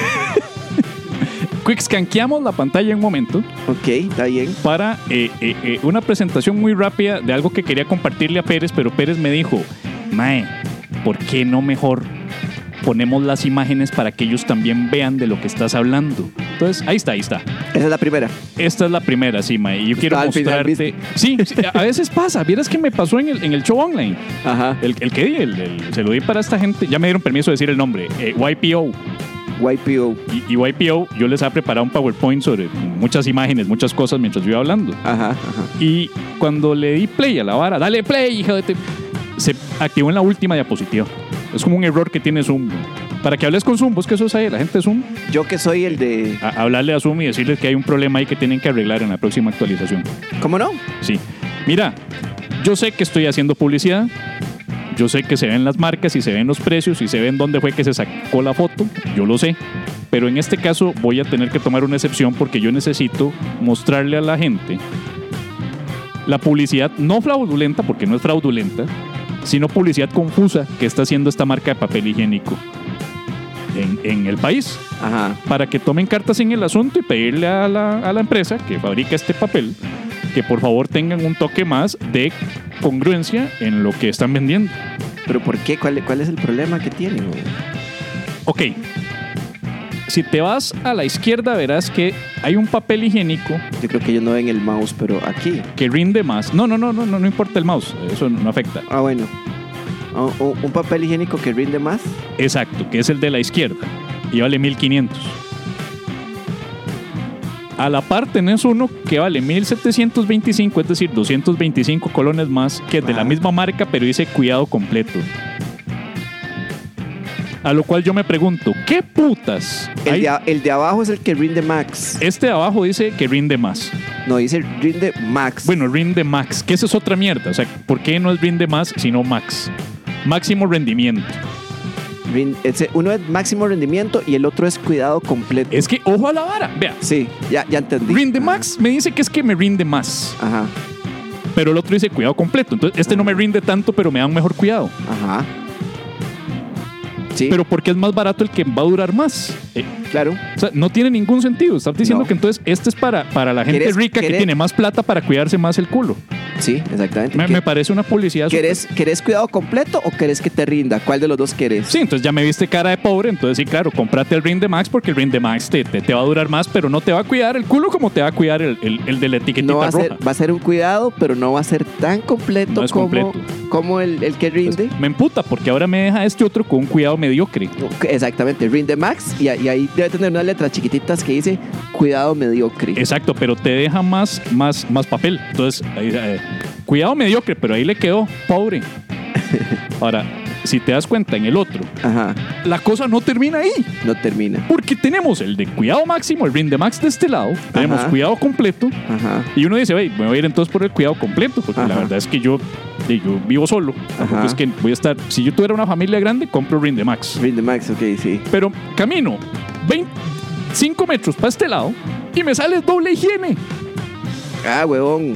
Quick scanqueamos la pantalla en un momento. Ok, está bien. Para una presentación muy rápida de algo que quería compartirle a Pérez, pero Pérez me dijo, mae, ¿por qué no mejor ponemos las imágenes para que ellos también vean de lo que estás hablando? Entonces, ahí está. Esa es la primera. Esta es la primera, sí, mae. Y yo quiero Al final, mostrarte. Sí, a veces pasa. Vieras que me pasó en el show online. Ajá. El que di, se lo di para esta gente. Ya me dieron permiso de decir el nombre. YPO. Y YPO, yo les he preparado un PowerPoint sobre muchas imágenes, muchas cosas mientras yo iba hablando. Ajá. Y cuando le di play a la vara, dale play, hija de se activó en la última diapositiva. Es como un error que tiene Zoom. Para que hables con Zoom, vos que sos ahí, la gente de Zoom, Yo que soy el de... hablarle a Zoom y decirles que hay un problema ahí que tienen que arreglar en la próxima actualización. ¿Cómo no? Sí. Mira, yo sé que estoy haciendo publicidad, yo sé que se ven las marcas y se ven los precios y se ven dónde fue que se sacó la foto, yo lo sé. Pero en este caso voy a tener que tomar una excepción porque yo necesito mostrarle a la gente la publicidad no fraudulenta, porque no es fraudulenta, sino publicidad confusa que está haciendo esta marca de papel higiénico en el país. Ajá. Para que tomen cartas en el asunto y pedirle a la empresa que fabrica este papel que por favor tengan un toque más de congruencia en lo que están vendiendo. ¿Pero por qué? ¿Cuál es el problema que tienen, güey? Ok. Si te vas a la izquierda verás que hay un papel higiénico Yo creo que ellos no ven el mouse, pero aquí. que rinde más. No importa el mouse, eso no afecta. Ah, bueno. Un papel higiénico que rinde más. Exacto, que es el de la izquierda y vale 1,500. A la par tenés uno que vale 1,725, es decir, 225 colones más, que es de la misma marca, pero dice cuidado completo. A lo cual yo me pregunto, ¿qué putas? El de abajo es el que rinde max. Este de abajo dice que rinde más. No, dice rinde max. Bueno, rinde max, que esa es otra mierda. O sea, ¿por qué no es rinde más, sino max? Máximo rendimiento. Uno es máximo rendimiento y el otro es cuidado completo. Es que, ojo a la vara, vea. Sí, ya entendí. Rinde max me dice que es que me rinde más. Ajá, Pero el otro dice cuidado completo. Entonces, este no me rinde tanto, pero me da un mejor cuidado. ajá. Sí, Pero ¿por qué es más barato el que va a durar más? claro. O sea, no tiene ningún sentido. Estás diciendo No. que entonces este es para la gente ¿Querés- rica que querés- tiene más plata para cuidarse más el culo. Sí, exactamente. Me parece una publicidad. ¿Querés cuidado completo o querés que te rinda? ¿Cuál de los dos querés? Sí, entonces ya me viste cara de pobre, entonces sí, claro, cómprate el Rinde Max porque el Rinde Max te va a durar más, pero no te va a cuidar el culo como te va a cuidar el de la etiquetita No va a roja. ser, va a ser un cuidado, pero no va a ser tan completo, No es completo. como el que rinde. Entonces, me emputa porque ahora me deja este otro con un cuidado mediocre. Exactamente, rinde max y ahí debe tener unas letras chiquititas que dice cuidado mediocre. Exacto, pero te deja más papel. Entonces, cuidado mediocre, pero ahí le quedó pobre. Ahora, si te das cuenta en el otro, Ajá, la cosa no termina ahí. no termina. Porque tenemos el de cuidado máximo, el Rinde Max de este lado, tenemos Ajá. cuidado completo. Ajá, Y uno dice, me voy a ir entonces por el cuidado completo, porque Ajá. la verdad es que yo vivo solo. Tampoco Ajá. es que voy a estar. Si yo tuviera una familia grande, compro Rinde Max. rinde max, ok, sí. Pero camino 5 metros para este lado y me sale doble higiene. Ah, huevón.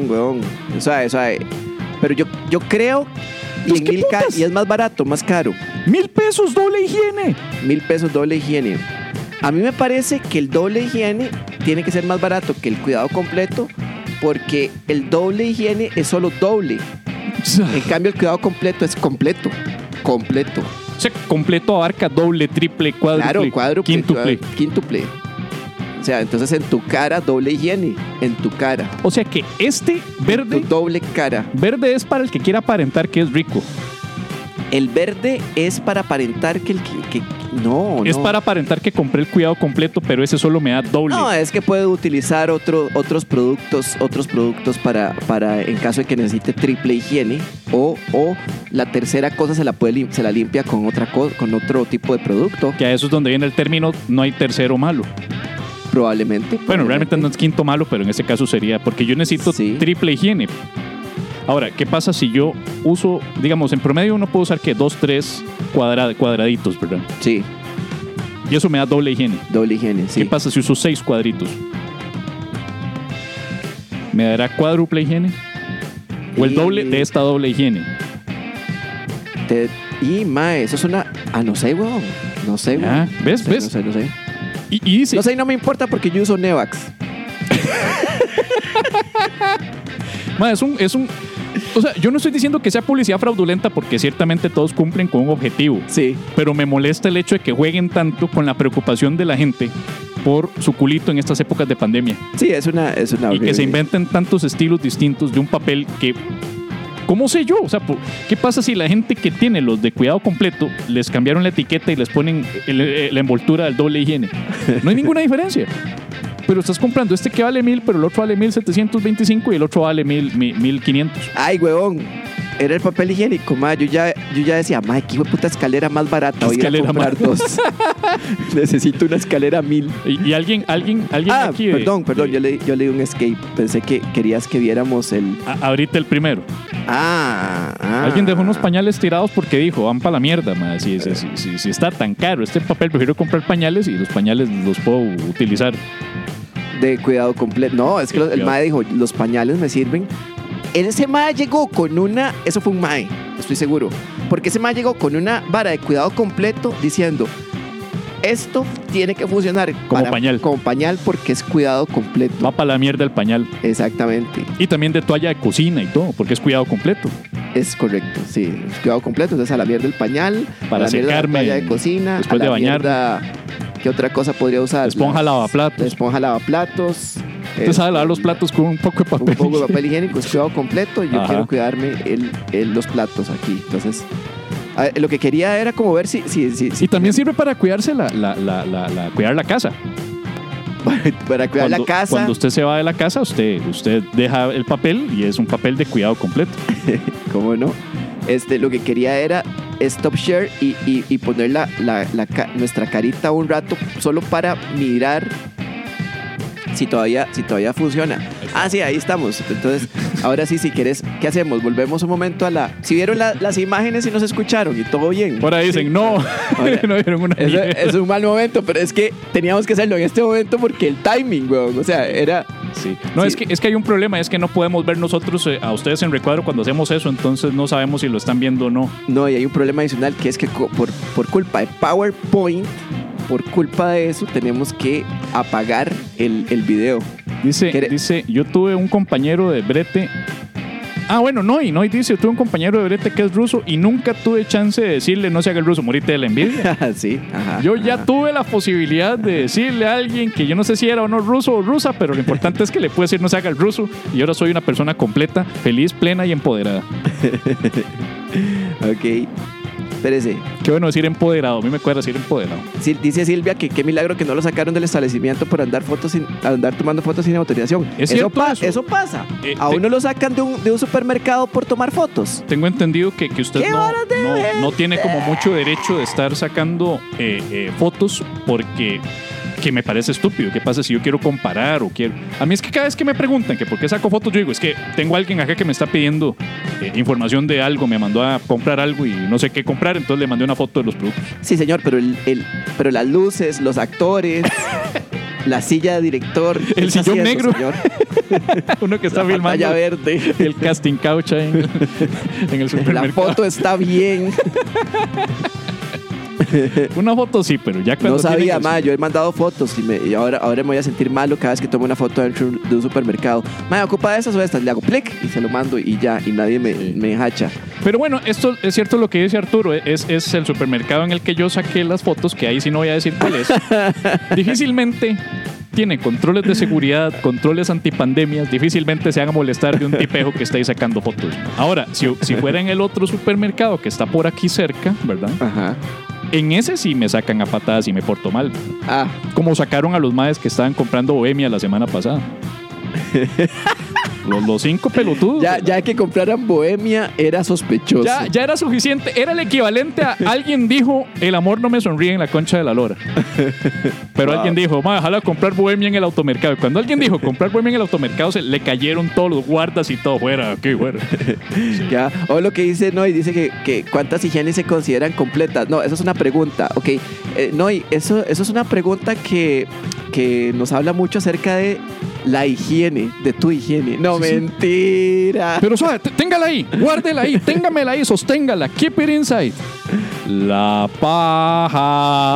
Suave. Pero yo creo y Pues, en ¿qué 1000K putas? y es más barato, más caro. 1,000 pesos doble higiene. 1,000 pesos doble higiene. A mí me parece que el doble higiene tiene que ser más barato que el cuidado completo porque el doble higiene es solo doble. En cambio, el cuidado completo es completo. Completo. O sea, completo abarca doble, triple, cuádruple, Claro, cuádruple. quíntuple. Quíntuple. O sea, entonces en tu cara, doble higiene. En tu cara. O sea que este Tu verde doble cara. es para el que quiera aparentar que es rico. El verde es para aparentar que el que no. Es para aparentar que compré el cuidado completo, pero ese solo me da doble. No, es que puede utilizar otros productos para en caso de que necesite triple higiene o la tercera cosa se la limpia con otra cosa, con otro tipo de producto, Que a eso es donde viene el término no hay tercero malo. probablemente. Bueno, realmente no es quinto malo, pero en este caso sería porque yo necesito Sí. triple higiene. Ahora, ¿qué pasa si yo uso, digamos, en promedio uno puede usar que 2, 3 cuadraditos, ¿verdad? Sí, Y eso me da doble higiene. doble higiene, sí. ¿Qué pasa si uso 6 cuadritos? ¿Me dará cuádruple higiene? ¿O el Y- doble de esta doble higiene? Mae, eso es una... no sé, weón. No sé, weón. Ah, ¿ves? No sé. Y dice... No sé, y no me importa porque yo uso Nevax. Es un... O sea, yo no estoy diciendo que sea publicidad fraudulenta porque ciertamente todos cumplen con un objetivo. Sí. Pero me molesta el hecho de que jueguen tanto con la preocupación de la gente por su culito en estas épocas de pandemia. Sí, es una Y que se horrible. inventen tantos estilos distintos de un papel que... ¿Cómo sé yo? O sea, ¿qué pasa si la gente que tiene los de cuidado completo les cambiaron la etiqueta y les ponen la envoltura del doble higiene? No hay ninguna diferencia. Pero estás comprando que vale 1,000, pero el otro vale 1,725 y el otro vale 1,500. Ay, huevón. Era el papel higiénico, ma. Yo ya decía, ma, qué hijo de puta escalera más barata. Voy a ir a Escalera comprar dos. Necesito una escalera 1000. Y alguien aquí... Perdón, yo leí un escape. Pensé que querías que viéramos el... Ahorita el primero. Ah. Alguien dejó unos pañales tirados porque dijo, van para la mierda, ma. Si está tan caro este papel, prefiero comprar pañales y los pañales los puedo utilizar. De cuidado completo. No, es que el mae dijo, los pañales me sirven. Ese mae llegó con una... Eso fue un mae, estoy seguro. Porque ese mae llegó con una vara de cuidado completo diciendo, esto tiene que funcionar como pañal porque es cuidado completo. Va para la mierda el pañal. Exactamente. Y también de toalla de cocina y todo, porque es cuidado completo. Es correcto, sí. Es cuidado completo. Entonces a la mierda el pañal, para a la secarme mierda la toalla de cocina, después a la de bañar. Mierda, ¿qué otra cosa podría usar? Esponja lavaplatos. Esponja lavaplatos. Usted sabe lavar los platos con un poco de papel. Un poco de papel higiénico, es cuidado completo. Yo Ajá. quiero cuidarme los platos aquí. Entonces, lo que quería era como ver si y también sirve para cuidarse cuidar la casa. para cuidar la casa. Cuando usted se va de la casa, usted deja el papel y es un papel de cuidado completo. ¿Cómo no? Lo que quería era stop share y poner nuestra carita un rato solo para mirar si todavía funciona. Ah, sí, ahí estamos. Entonces, ahora sí, si quieres, ¿qué hacemos? Volvemos un momento a si vieron las imágenes y nos escucharon y todo bien. Por ahí dicen, no, ahora, no vieron una mierda. Es un mal momento, pero es que teníamos que hacerlo en este momento porque el timing, weón, o sea, era... Sí. No, sí. Es que hay un problema, es que no podemos ver nosotros a ustedes en recuadro cuando hacemos eso, entonces no sabemos si lo están viendo o no. No, y hay un problema adicional que es que por culpa de PowerPoint, por culpa de eso, tenemos que apagar el video. Dice, yo tuve un compañero de brete. Ah, bueno, no, dice, tuve un compañero de brete que es ruso y nunca tuve chance de decirle no se haga el ruso, morite de la envidia. Sí, ajá. Yo ya tuve la posibilidad de decirle a alguien que yo no sé si era o no ruso o rusa, pero lo importante es que le puedo decir no se haga el ruso y ahora soy una persona completa, feliz, plena y empoderada. Ok. Espérese. Qué bueno decir empoderado, a mí me cuadra decir empoderado. Sí, dice Silvia que qué milagro que no lo sacaron del establecimiento por andar tomando fotos sin autorización. Eso pasa. A uno lo sacan de un supermercado por tomar fotos. Tengo entendido que usted no tiene como mucho derecho de estar sacando fotos porque... que me parece estúpido. ¿Qué pasa si yo quiero comparar o quiero...? A mí es que cada vez que me preguntan que por qué saco fotos, yo digo, es que tengo a alguien acá que me está pidiendo información de algo, me mandó a comprar algo y no sé qué comprar, entonces le mandé una foto de los productos. Sí, señor, pero las luces, los actores, la silla de director... El sillón eso, negro. Señor. Uno que está la filmando. pantalla verde. El casting couch ahí en el supermercado. La foto está bien. Una foto sí, pero ya cuando... No sabía, yo he mandado fotos y ahora me voy a sentir malo cada vez que tomo una foto dentro de un supermercado. ¿Ocupa de esas o estas? Le hago clic y se lo mando y ya, y nadie me hacha. Pero bueno, esto es cierto lo que dice Arturo, es el supermercado en el que yo saqué las fotos, que ahí sí no voy a decir cuál es. Difícilmente tiene controles de seguridad, controles antipandemias, difícilmente se haga molestar de un tipejo que está ahí sacando fotos. Ahora, si fuera en el otro supermercado que está por aquí cerca, ¿verdad? Ajá. En ese sí me sacan a patadas y me porto mal. Ah. Como sacaron a los maes que estaban comprando Bohemia la semana pasada. Los 5 pelotudos. Ya que compraran Bohemia era sospechoso. Ya era suficiente. Era el equivalente a alguien dijo, el amor no me sonríe en la concha de la lora. Pero alguien dijo, déjala comprar Bohemia en el automercado. Y cuando alguien dijo comprar Bohemia en el automercado, se le cayeron todos los guardas y todo. Fuera, aquí, fuera. Sí. Ya. O lo que dice Noy, dice que cuántas higienes se consideran completas. No, eso es una pregunta. Ok. Noy, eso es una pregunta que nos habla mucho acerca de la higiene, de tu higiene. No, sí, mentira. Pero suave, téngala ahí, guárdela ahí, téngamela ahí, sosténgala, keep it inside. La paja.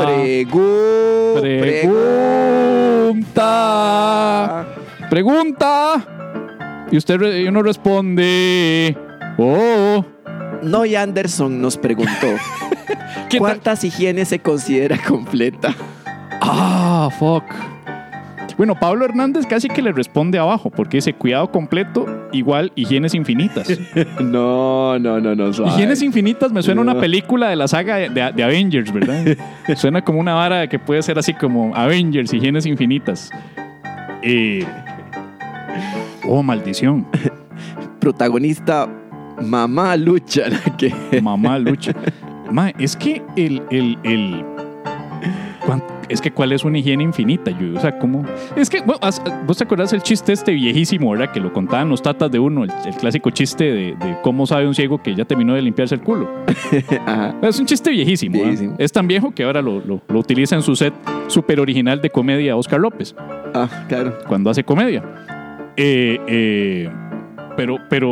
Pregunta. Y uno responde. Oh. Noy Anderson nos preguntó ¿cuántas higienes se considera completa? Ah, fuck. Bueno, Pablo Hernández casi que le responde abajo porque dice cuidado completo igual higienes infinitas. No. Suave. Higienes infinitas me suena una película de la saga de Avengers, ¿verdad? Suena como una vara que puede ser así como Avengers, higienes infinitas. Oh, maldición. Protagonista Mamá lucha. ¿Qué? Mamá lucha. Ma, es que es que ¿cuál es una higiene infinita? O sea, ¿cómo? Es que, bueno, ¿vos te acordás el chiste este viejísimo, verdad? Que lo contaban los tatas de uno, el clásico chiste de cómo sabe un ciego que ya terminó de limpiarse el culo. Ajá. Es un chiste viejísimo. Es tan viejo que ahora lo utiliza en su set súper original de comedia Oscar López. Ah, claro. Cuando hace comedia. Pero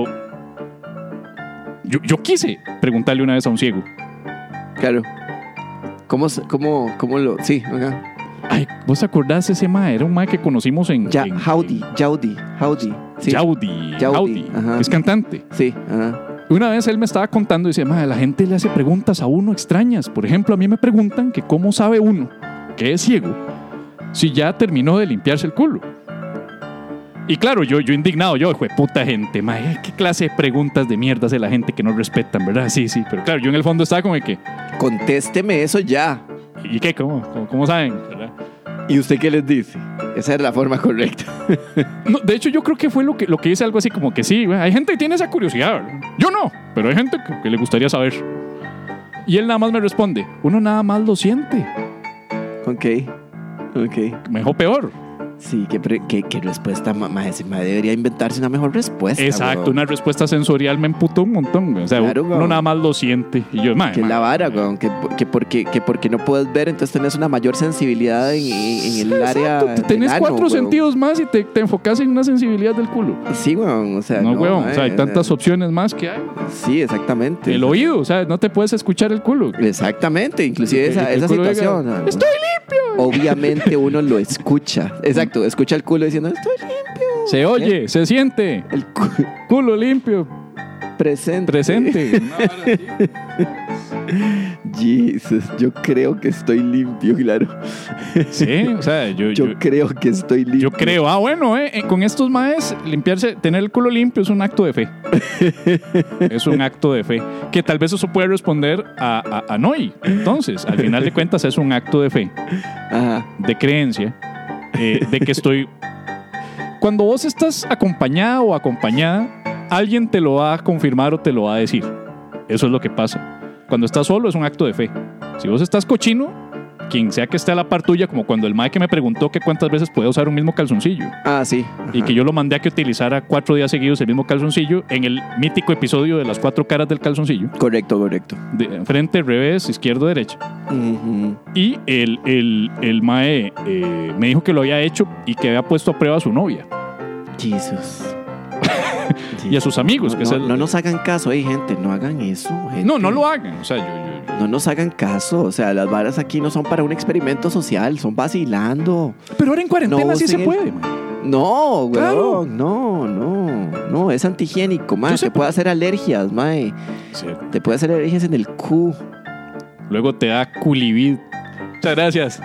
yo quise preguntarle una vez a un ciego. Claro. ¿Cómo lo...? Sí, acá. Ay, ¿vos te acordás de ese mae? Era un mae que conocimos en... Jaudi. Sí. Jaudi. Ajá. Es cantante. Sí, ajá. Una vez él me estaba contando y decía, mae, la gente le hace preguntas a uno extrañas. Por ejemplo, a mí me preguntan que cómo sabe uno que es ciego si ya terminó de limpiarse el culo. Y claro, yo indignado, hijo de puta gente, mae, ¿qué clase de preguntas de mierda hace la gente que no respetan, verdad? Sí, pero claro, yo en el fondo estaba como de que... Contésteme eso ya. ¿Y qué? ¿Cómo saben? ¿Verdad? ¿Y usted qué les dice? Esa es la forma correcta. No, de hecho, yo creo que fue lo que dice algo así como que sí, hay gente que tiene esa curiosidad, ¿verdad? Yo no, pero hay gente que le gustaría saber. Y él nada más me responde, uno nada más lo siente. Ok. Mejor peor. Sí, ¿qué respuesta? Ese mae debería inventarse una mejor respuesta. Exacto, weón. una respuesta sensorial me emputó un montón, güey. O sea, claro, uno nada más lo siente. Y yo, que la vara, weón. Que porque no puedes ver, entonces tenés una mayor sensibilidad en el área. Tenés del 4 ano, sentidos más y te enfocas en una sensibilidad del culo. Sí, weón. O sea, no, weón. O sea, hay tantas opciones más que hay. Sí, exactamente. El oído, o sea, no te puedes escuchar el culo. Exactamente, inclusive esa Diga, situación. ¿no? ¡Estoy limpio! Obviamente uno lo escucha. Exacto, escucha el culo diciendo, estoy limpio. Se oye, se siente. El culo limpio. Presente. Jesus, yo creo que estoy limpio, claro. Sí, o sea, yo creo que estoy limpio. Yo creo, bueno, con estos maes, limpiarse, tener el culo limpio es un acto de fe. Es un acto de fe. Que tal vez eso puede responder a Noy. Entonces, al final de cuentas, es un acto de fe. Ajá. De creencia. De que estoy... Cuando vos estás acompañado o acompañada, alguien te lo va a confirmar o te lo va a decir. Eso es lo que pasa. Cuando estás solo es un acto de fe. Si vos estás cochino, quien sea que esté a la par tuya, como cuando el mae que me preguntó que cuántas veces puede usar un mismo calzoncillo. Ah, sí. Ajá. Y que yo lo mandé a que utilizara 4 días seguidos el mismo calzoncillo en el mítico episodio de las 4 caras del calzoncillo. Correcto. De frente, revés, izquierdo, derecha. Uh-huh. Y el mae me dijo que lo había hecho y que había puesto a prueba a su novia. Jesus. Y a sus amigos. No nos hagan caso, gente. No hagan eso, gente. No lo hagan. O sea, no nos hagan caso. O sea, las varas aquí no son para un experimento social. Son vacilando. Pero ahora en cuarentena sí se puede, man. No, güey. Claro. No. Es antihigiénico, man. Te puede hacer alergias, man. Sí. Te puede hacer alergias en el cu. Luego te da culivid. Muchas gracias.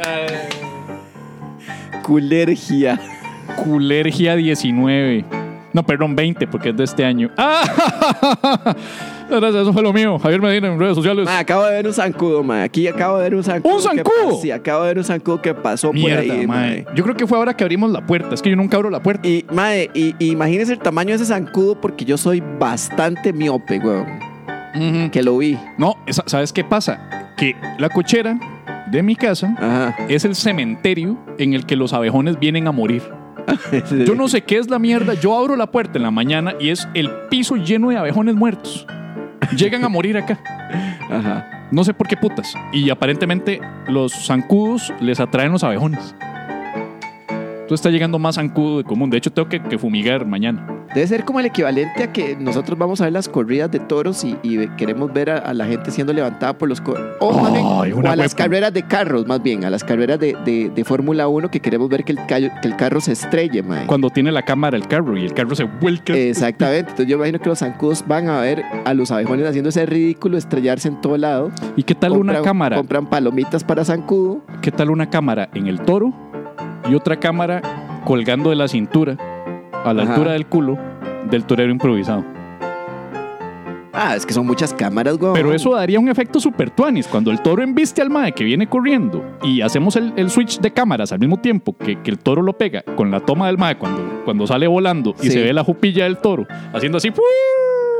Culergia. Culergia 19. No, perdón, 20, porque es de este año. ¡Ah! Gracias, eso fue lo mío. Javier Medina en redes sociales. Acabo de ver un zancudo, man. Aquí acabo de ver un zancudo. ¿Un zancudo? Sí, acabo de ver un zancudo que pasó Mierda, por ahí, mae. Yo creo que fue ahora que abrimos la puerta. Es que yo nunca abro la puerta. Y imagínese el tamaño de ese zancudo porque yo soy bastante miope, weón. Uh-huh. Que lo vi. No, ¿sabes qué pasa? Que la cochera de mi casa Ajá. es el cementerio en el que los abejones vienen a morir. Yo no sé qué es la mierda. Yo abro la puerta en la mañana y es el piso lleno de abejones muertos. Llegan a morir acá. Ajá. No sé por qué putas. Y aparentemente los zancudos les atraen los abejones. Entonces está llegando más zancudo de común. De hecho, tengo que fumigar mañana. Debe ser como el equivalente a que nosotros vamos a ver las corridas de toros y queremos ver a la gente siendo levantada por los o a las carreras de carros, más bien, a las carreras de Fórmula 1 que queremos ver que el carro se estrelle, mae. Cuando tiene la cámara el carro y el carro se vuelca. Exactamente. Entonces yo imagino que los zancudos van a ver a los abejones haciendo ese ridículo, estrellarse en todo lado. ¿Y qué tal una cámara? Compran palomitas para zancudo. ¿Qué tal una cámara en el toro y otra cámara colgando de la cintura a la altura del culo del torero improvisado? Ah, es que son muchas cámaras, güey. Pero eso daría un efecto super tuanis. Cuando el toro embiste al mae que viene corriendo y hacemos el switch de cámaras al mismo tiempo que el toro lo pega con la toma del mae cuando sale volando y se ve la jupilla del toro haciendo así.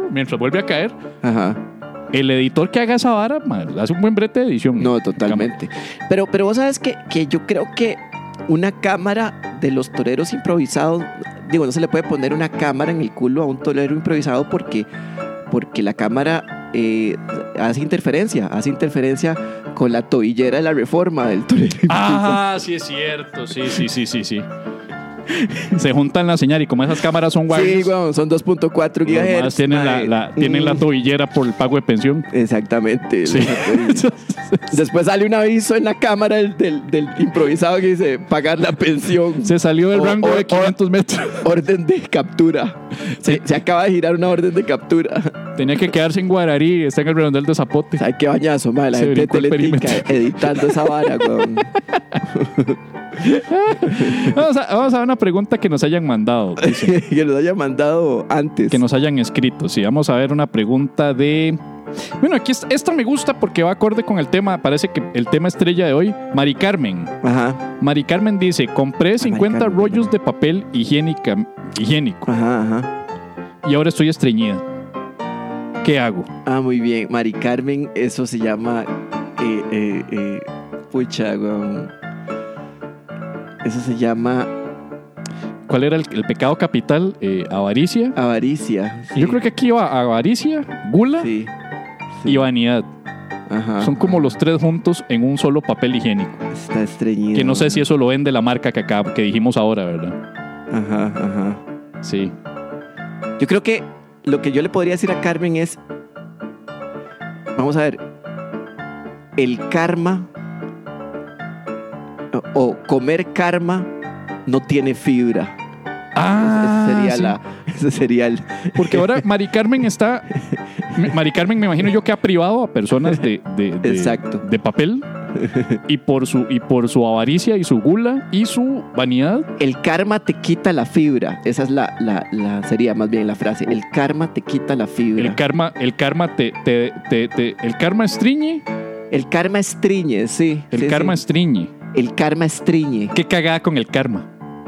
mientras vuelve a caer. Ajá. El editor que haga esa vara, hace un buen brete de edición. No, totalmente. Pero vos sabes que yo creo que una cámara de los toreros improvisados, digo, no se le puede poner una cámara en el culo a un torero improvisado porque la cámara hace interferencia con la tobillera de la reforma del torero improvisado. Sí es cierto, sí. Se juntan la señal y como esas cámaras son wireless, Sí, bueno, son 2.4 GHz. Tienen la tobillera por el pago de pensión. Exactamente. Sí. Después sale un aviso en la cámara del improvisado que dice pagar la pensión. Se salió del rango de 500 metros. Orden de captura. Se acaba de girar una orden de captura. Tenía que quedarse en Guararí, está en el redondel de Zapote. ¿Sabes qué bañazo, madre? La Se gente de brincó el Teletica perímetro. editando esa vara, weón. Vamos a ver una pregunta que nos hayan mandado. Dice. Que nos haya mandado antes. Que nos hayan escrito. Sí, vamos a ver una pregunta de... Bueno, aquí esta me gusta porque va acorde con el tema. Parece que el tema estrella de hoy. Mari Ajá. Carmen dice: compré 50 Carmen. rollos de papel higiénico Ajá. y ahora estoy estreñida. ¿Qué hago? Ah, muy bien. Mari Carmen, eso se llama... pucha, weón. Eso se llama... ¿Cuál era el pecado capital? Avaricia. Avaricia. Sí. Yo creo que aquí iba avaricia, gula Sí. y vanidad. Ajá. Son como los tres juntos en un solo papel higiénico. Está estreñido. Que no sé si eso lo vende la marca que dijimos ahora, ¿verdad? Ajá. Sí. Yo creo que lo que yo le podría decir a Carmen es... Vamos a ver. El karma o comer karma no tiene fibra. Ese sería el... Porque ahora Mari Carmen me imagino yo que ha privado a personas de Exacto. de papel y por su avaricia y su gula y su vanidad. El karma te quita la fibra. Esa es sería más bien la frase. El karma te quita la fibra. El karma estriñe. El karma estriñe, sí. El karma estriñe. El karma estriñe. ¿Qué cagada con el karma?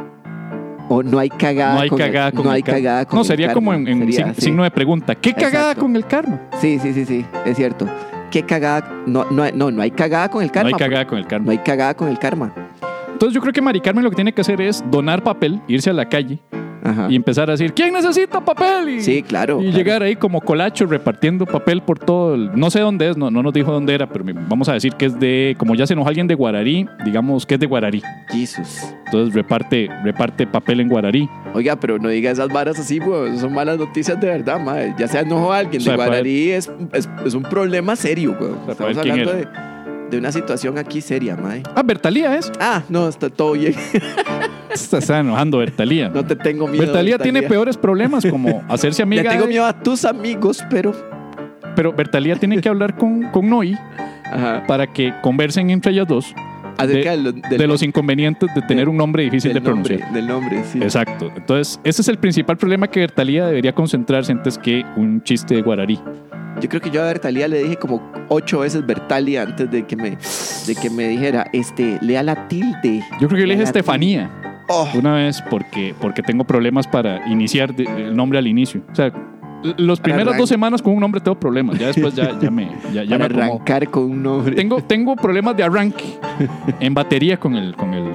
O no hay cagada No hay cagada con el karma. No, sería como en signo de pregunta. ¿Qué cagada Exacto. con el karma? Sí, es cierto. ¿Qué cagada? No hay cagada con el karma. No hay cagada con el karma. No hay cagada con el karma. Entonces yo creo que Mari Carmen lo que tiene que hacer es donar papel, irse a la calle Ajá. y empezar a decir, ¿quién necesita papel? Sí, claro. Y llegar ahí como colacho repartiendo papel por todo no sé dónde es, no nos dijo dónde era, pero vamos a decir que es de, como ya se enojó alguien de Guararí, digamos que es de Guararí. Jesus. Entonces reparte papel en Guararí. Oiga, pero no diga esas varas así, pues, son malas noticias de verdad, madre. Ya se enojó alguien O sea, de Guararí, es un problema serio, güey. sea, Estamos ¿quién hablando de una situación aquí seria, madre. Bertalía es. Ah, no, está todo bien. Se está enojando Bertalía. No te tengo miedo. Bertalía tiene peores problemas como hacerse amiga. Le tengo miedo a tus amigos, pero... Pero Bertalía tiene que hablar con Noy Ajá. para que conversen entre ellas dos Acerca de los inconvenientes de tener un nombre difícil de pronunciar. Del nombre, sí. Exacto. Entonces, ese es el principal problema que Bertalía debería concentrarse antes que un chiste de Guararí. Yo creo que yo a Bertalía le dije como 8 veces Bertalia antes de que me dijera, lea la tilde. Yo creo que yo le Lea dije la Estefanía tilde. Oh. una vez porque tengo problemas para iniciar el nombre al inicio. O sea, los primeras 2 semanas con un nombre tengo problemas. Ya después ya me para acomodo. arrancar con un nombre. Tengo problemas de arranque en batería con el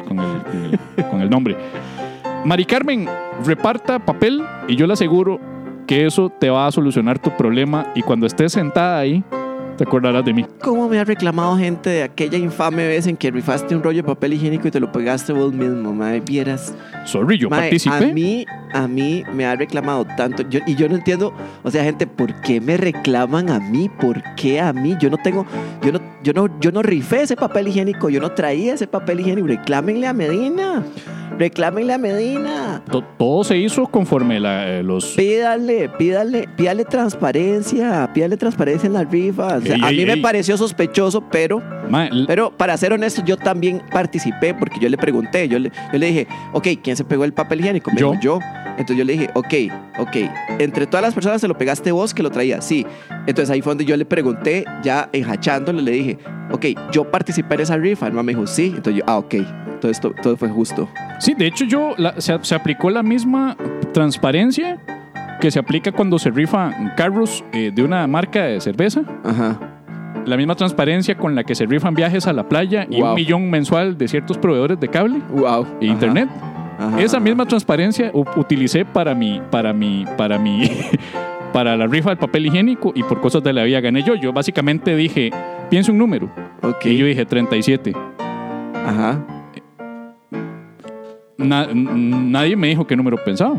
nombre. Mari Carmen, reparta papel y yo le aseguro que eso te va a solucionar tu problema y cuando estés sentada ahí te acordarás de mí. ¿Cómo me ha reclamado gente de aquella infame vez en que rifaste un rollo de papel higiénico y te lo pegaste vos mismo, mae? Vieras. Sorry, yo Mae, participé. A mí me ha reclamado tanto. Yo no entiendo, o sea, gente, ¿por qué me reclaman a mí? ¿Por qué a mí? Yo no rifé ese papel higiénico, yo no traía ese papel higiénico. Reclámenle a Medina. Todo se hizo conforme los... Pídale transparencia en las rifas. O sea, a mí me pareció sospechoso, pero para ser honesto, yo también participé porque yo le pregunté, yo le dije, ok, ¿quién se pegó el papel higiénico? Me dijo, yo. Entonces yo le dije, ok, entre todas las personas se lo pegaste vos que lo traía, sí. Entonces ahí fue donde yo le pregunté, ya enjachándole, le dije, ok, yo participé en esa rifa. El man me dijo, sí. Entonces yo, ok, todo fue justo. Sí, de hecho se aplicó la misma transparencia que se aplica cuando se rifan carros de una marca de cerveza. Ajá. La misma transparencia con la que se rifan viajes a la playa y Wow. 1 millón mensual de ciertos proveedores de cable Wow. e internet. Ajá. Esa misma transparencia utilicé para para la rifa del papel higiénico y por cosas de la vida gané yo. Yo básicamente dije, pienso un número. Ok. Y yo dije 37. Ajá. Nadie me dijo qué número pensaba.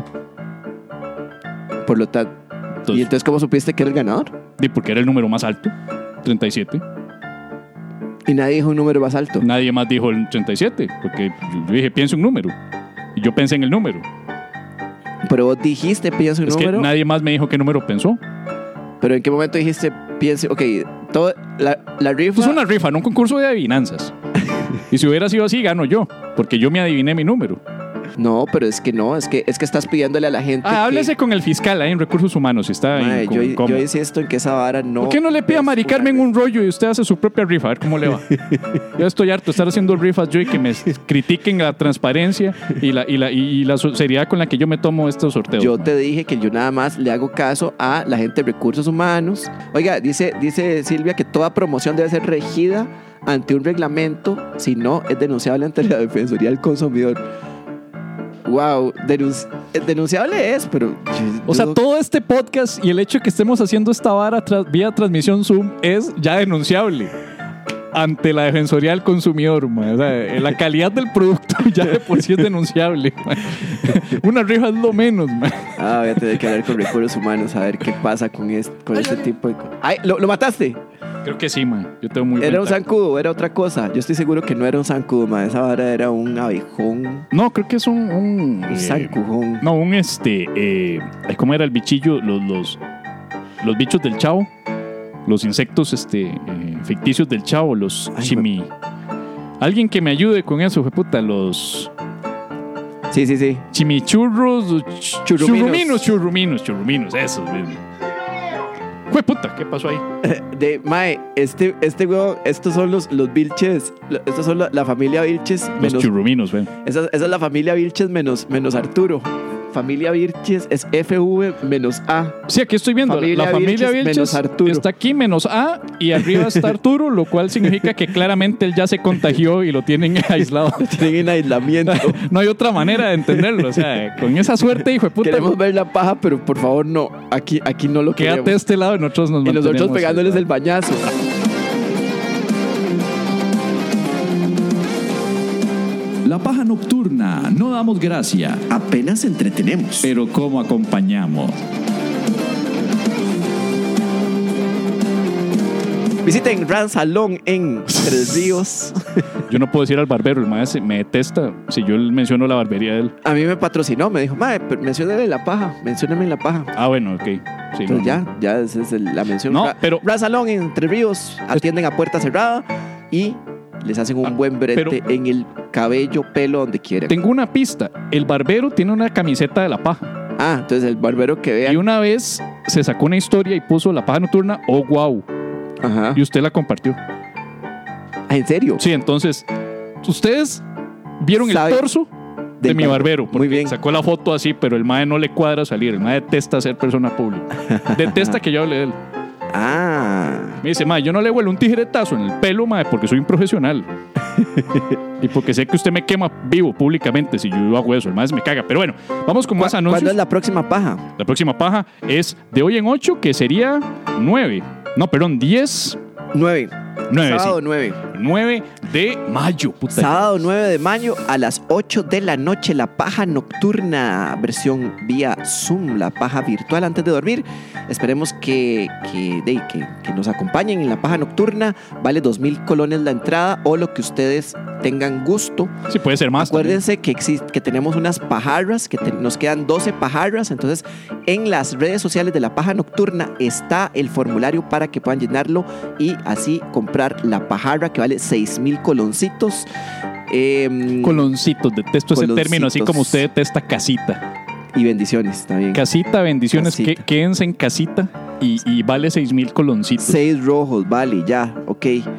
Por lo tanto. ¿Y entonces cómo supiste que era el ganador? Porque era el número más alto, 37. Y nadie dijo un número más alto. Nadie más dijo el 37, porque yo dije, piensa un número. Y yo pensé en el número. Pero vos dijiste, piensa un Es número. que nadie más me dijo qué número pensó. Pero ¿en qué momento dijiste, piense? Ok, la rifa. Es una rifa, no un concurso de adivinanzas. Y si hubiera sido así, gano yo, porque yo me adiviné mi número. No, pero es que no, es que estás pidiéndole a la gente. Háblese con el fiscal ahí en Recursos Humanos, si está Mae, ahí. yo insisto en que esa vara no. ¿Por qué no le pide a Mari Carmen un rollo y usted hace su propia rifa? A ver cómo le va. Yo estoy harto de estar haciendo rifas yo y que me critiquen la transparencia y la seriedad con la que yo me tomo estos sorteos. Yo te dije que yo nada más le hago caso a la gente de Recursos Humanos. Oiga, dice Silvia que toda promoción debe ser regida ante un reglamento, si no es denunciable ante la Defensoría del Consumidor. Wow, denunciable es, pero... O sea, todo este podcast y el hecho de que estemos haciendo esta vara vía transmisión Zoom es ya denunciable ante la Defensoría del Consumidor, man. O sea, la calidad del producto ya de por sí es denunciable, man. Una rifa es lo menos, man. Voy a tener que hablar con Recursos Humanos a ver qué pasa con este tipo de cosas. ¡Ay, lo mataste! Creo que sí, man. Yo tengo muy ¿Era buen un tacto. zancudo? ¿Era otra cosa? Yo estoy seguro que no era un zancudo, man. Esa vara era un abejón. No, creo que es un Un zancujón. No, ¿cómo era el bichillo? Los bichos del Chavo. Los insectos ficticios del Chavo. Los Ay, chimi... Alguien que me ayude con eso, fue puta. Los Sí. chimichurros. Churruminos. Churruminos. Esos mismos. Fue puta, ¿qué pasó ahí? Mae, este huevo, estos son los Vilches. Estos son la familia Vilches. Los churruminos, ven. Esa es la familia Vilches menos Arturo. Familia Vilches es FV menos A. Sí, aquí estoy viendo. Familia la familia Vilches menos Vilches Arturo. está aquí menos A y arriba está Arturo, lo cual significa que claramente él ya se contagió y lo tienen aislado. Tienen en aislamiento. No hay otra manera de entenderlo. O sea, con esa suerte, hijo de puta. Queremos ver la paja, pero por favor no. Aquí no lo Quédate queremos. de este lado y nosotros nos Y nosotros mantenemos, pegándoles el bañazo. La paja nocturna, no damos gracia, Apenas entretenemos. pero ¿cómo acompañamos? Visiten Ran Salón en Tres Ríos. Yo no puedo decir al barbero, el maestro me detesta si yo menciono la barbería de él. A mí me patrocinó, me dijo, mae, mencióname la paja, mencióname la paja. Ah, bueno, ok. Sí, Entonces no. ya esa es la mención. No, pero- Ran Salón en Tres Ríos, atienden a puerta cerrada y les hacen un buen brete pero- en el cabello, pelo, donde quieran. Tengo una pista. El barbero tiene una camiseta de la paja. Entonces el barbero que vea. Y una vez se sacó una historia y puso la paja nocturna, oh, wow. Ajá. Y usted la compartió. ¿En serio? Sí, entonces, ustedes vieron Sabe- el torso de del mi barbero. Muy Porque bien. sacó la foto así, pero el mae no le cuadra salir. El mae detesta ser persona pública. Detesta que yo hable de él. Me dice, mae, yo no le vuelo un tijeretazo en el pelo, mae, porque soy un profesional. Y porque sé que usted me quema vivo públicamente si yo hago eso. El mae me caga. Pero bueno, vamos con más anuncios. ¿Cuándo es la próxima paja? La próxima paja es de hoy en 8, que sería 9. No, perdón, 10. 9. 9, Sábado sí. 9. 9 de mayo. Puta. Sábado 9 de mayo a las 8 de la noche, la paja nocturna, versión vía Zoom, la paja virtual antes de dormir. Esperemos que nos acompañen en la paja nocturna. Vale 2,000 colones la entrada o lo que ustedes tengan gusto. Sí, puede ser más. Acuérdense que tenemos unas pajarras, nos quedan 12 pajarras. Entonces, en las redes sociales de la paja nocturna está el formulario para que puedan llenarlo y así comprar la pajarra que vale 6,000 coloncitos. Coloncitos, detesto ese Coloncitos. término, así como usted detesta casita. Y bendiciones también. Casita, bendiciones, Casita. quédense en casita y vale 6,000 coloncitos. 6 rojos, vale, ya, ok.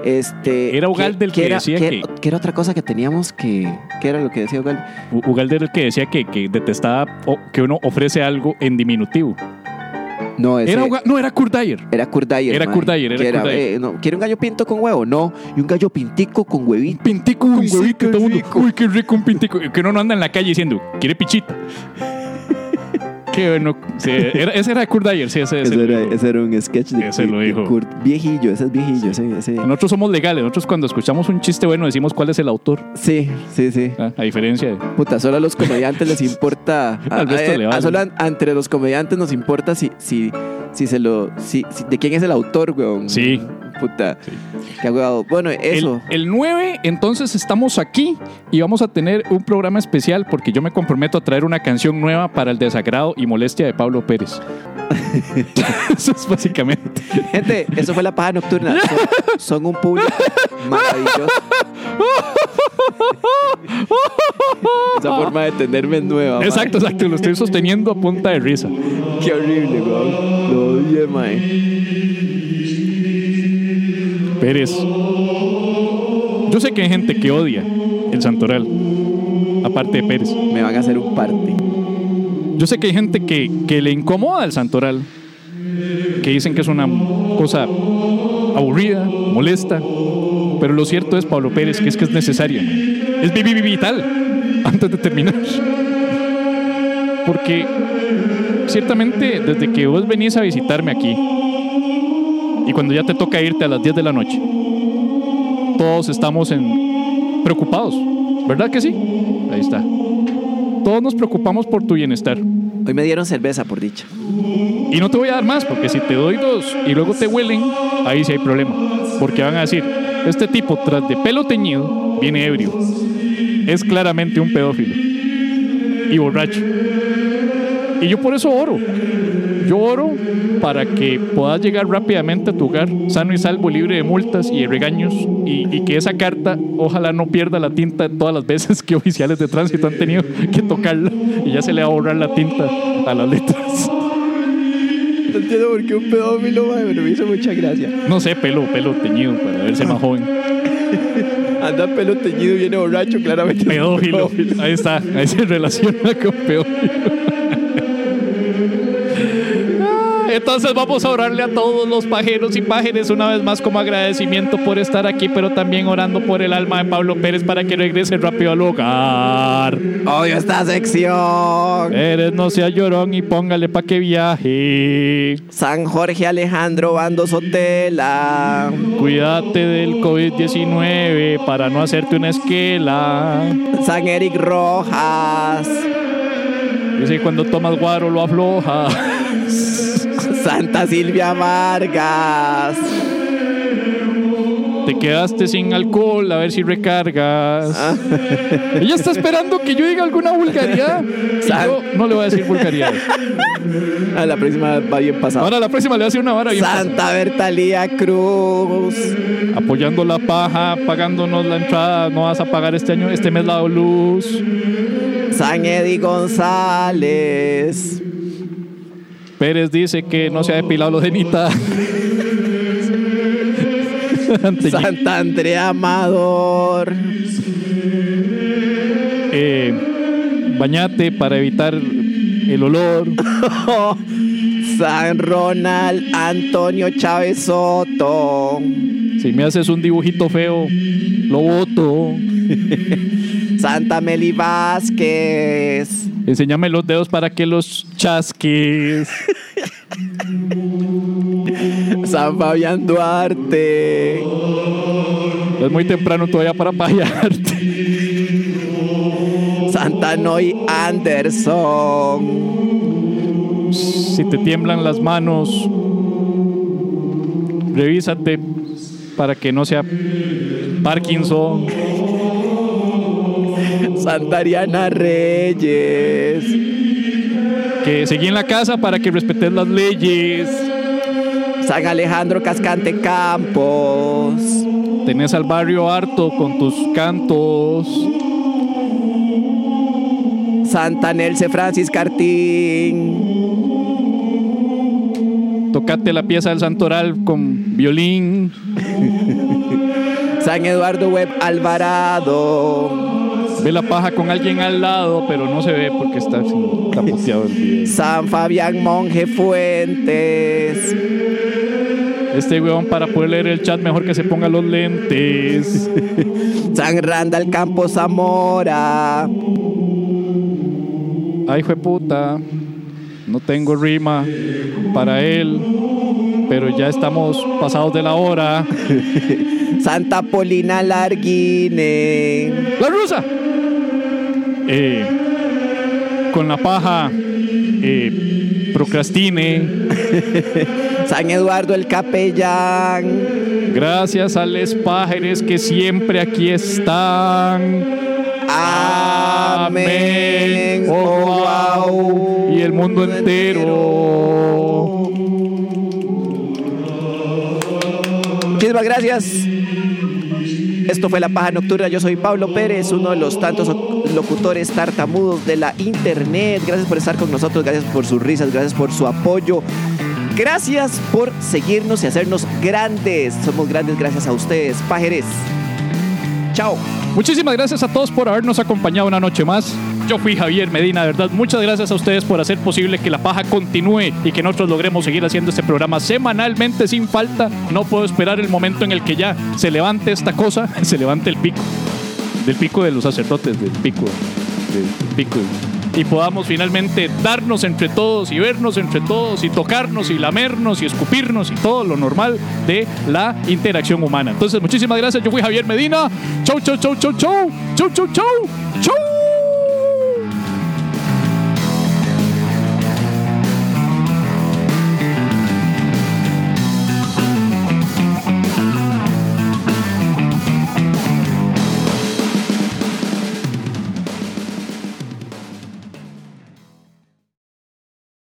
Era Ugalde el que decía que... ¿Qué era otra cosa que teníamos que... ¿Qué era lo que decía Ugalde? Ugalde era el que decía que detestaba que uno ofrece algo en diminutivo. No, ese... era Kurt Dyer. Era Kurt Dyer. Era Kurt Dyer. ¿Quiere un gallo pinto con huevo? No. Y un gallo pintico con huevito. Pintico con huevito. Sí, Todo el mundo, uy, qué rico un pintico. Que uno no anda en la calle diciendo, ¿quiere pichita? Qué bueno. Sí, ese era Kurt Dyer. Sí, ese era un sketch de Kurt. Viejillo, ese es viejillo. Ese. Nosotros somos legales. Nosotros cuando escuchamos un chiste bueno decimos cuál es el autor. Sí. A diferencia de... Puta, solo a los comediantes les importa... Al resto le vale. Solo entre los comediantes nos importa si de quién es el autor, weón. Sí. Puta. Sí. Qué huevado. Bueno, eso. El 9, entonces estamos aquí y vamos a tener un programa especial porque yo me comprometo a traer una canción nueva para el desagrado y molestia de Pablo Pérez. Eso es básicamente. Gente, eso fue La Paja Nocturna. Son un público maravilloso. Esa forma de tenerme es nueva. Exacto. Lo estoy sosteniendo a punta de risa. Qué horrible, weón. Lo odié, mae. Pérez. Yo sé que hay gente que odia el Santoral, aparte de Pérez. Me van a hacer un parte. Yo sé que hay gente que le incomoda el Santoral, que dicen que es una cosa aburrida, molesta, pero lo cierto es, Pablo Pérez, que es necesaria. Es vital antes de terminar. Porque ciertamente desde que vos venís a visitarme aquí y cuando ya te toca irte a las 10 de la noche, todos estamos preocupados, ¿verdad que sí? Ahí está. Todos nos preocupamos por tu bienestar. Hoy me dieron cerveza, por dicha. Y no te voy a dar más, porque si te doy 2 y luego te huelen, ahí sí hay problema. Porque van a decir, este tipo tras de pelo teñido viene ebrio. Es claramente un pedófilo y borracho. Y yo por eso oro. Yo oro para que puedas llegar rápidamente a tu hogar, sano y salvo, libre de multas y de regaños, y que esa carta ojalá no pierda la tinta todas las veces que oficiales de tránsito han tenido que tocarla y ya se le va a borrar la tinta a las letras. No entiendo por qué un pedófilo, pero me hizo mucha gracia. No sé, pelo teñido para verse más joven. Anda pelo teñido y viene borracho, claramente. Pedófilo. Ahí está, ahí se relaciona con pedófilo. Entonces vamos a orarle a todos los pajeros y pájeres una vez más como agradecimiento por estar aquí, pero también orando por el alma de Pablo Pérez para que regrese rápido al hogar. Odio esta sección. Pérez, no sea llorón y póngale pa' que viaje. San Jorge Alejandro Bando Sotela. Cuídate del COVID-19 para no hacerte una esquela. San Eric Rojas. Yo sé que cuando tomas guaro lo aflojas. Santa Silvia Vargas. Te quedaste sin alcohol, a ver si recargas. Ella está esperando que yo diga alguna vulgaridad. Y yo no le voy a decir vulgaridad. A la próxima va bien pasado. Ahora la próxima le voy a decir una vara bien Santa pasada. Bertalía Cruz. Apoyando la paja, pagándonos la entrada. No vas a pagar este año, este mes la luz. San Eddie González. Pérez dice que no se ha depilado los genitas. Santa Andrea Amador. Bañate para evitar el olor. San Ronald Antonio Chávez Soto. Si me haces un dibujito feo, lo boto. Santa Meli Vázquez. Enséñame los dedos para que los chasques. San Fabián Duarte. Es muy temprano todavía para payarte. Santa Noy Anderson. Si te tiemblan las manos, revísate para que no sea Parkinson. Santa Ariana Reyes. Que seguí en la casa para que respetes las leyes. San Alejandro Cascante Campos. Tenés al barrio harto con tus cantos. Santa Nelce Francis Cartín. Tocate la pieza del santoral con violín. San Eduardo Web Alvarado. Ve la paja con alguien al lado, pero no se ve porque está muteado el video. San Fabián Monje Fuentes. Este weón, para poder leer el chat, mejor que se ponga los lentes. San Randall Campos Zamora. Ay, jueputa. No tengo rima para él, pero ya estamos pasados de la hora. Santa Polina Larguine. ¡La rusa! Con la paja, procrastine. San Eduardo el Capellán. Gracias a los pájaros que siempre aquí están. Amén. Oh, wow. Y el mundo entero. Muchísimas gracias. Esto fue La Paja Nocturna. Yo soy Pablo Pérez, uno de los tantos locutores tartamudos de la internet. Gracias por estar con nosotros, gracias por sus risas, gracias por su apoyo. Gracias por seguirnos y hacernos grandes. Somos grandes gracias a ustedes, pajeres. Chao. Muchísimas gracias a todos por habernos acompañado una noche más. Yo fui Javier Medina, de verdad, muchas gracias a ustedes por hacer posible que La Paja continúe y que nosotros logremos seguir haciendo este programa semanalmente sin falta. No puedo esperar el momento en el que ya se levante esta cosa, se levante el pico, del pico de los sacerdotes, del pico, y podamos finalmente darnos entre todos y vernos entre todos y tocarnos y lamernos y escupirnos y todo lo normal de la interacción humana. Entonces, muchísimas gracias. Yo fui Javier Medina. Chau, chau, chau, chau, chau, chau, chau, chau, chau.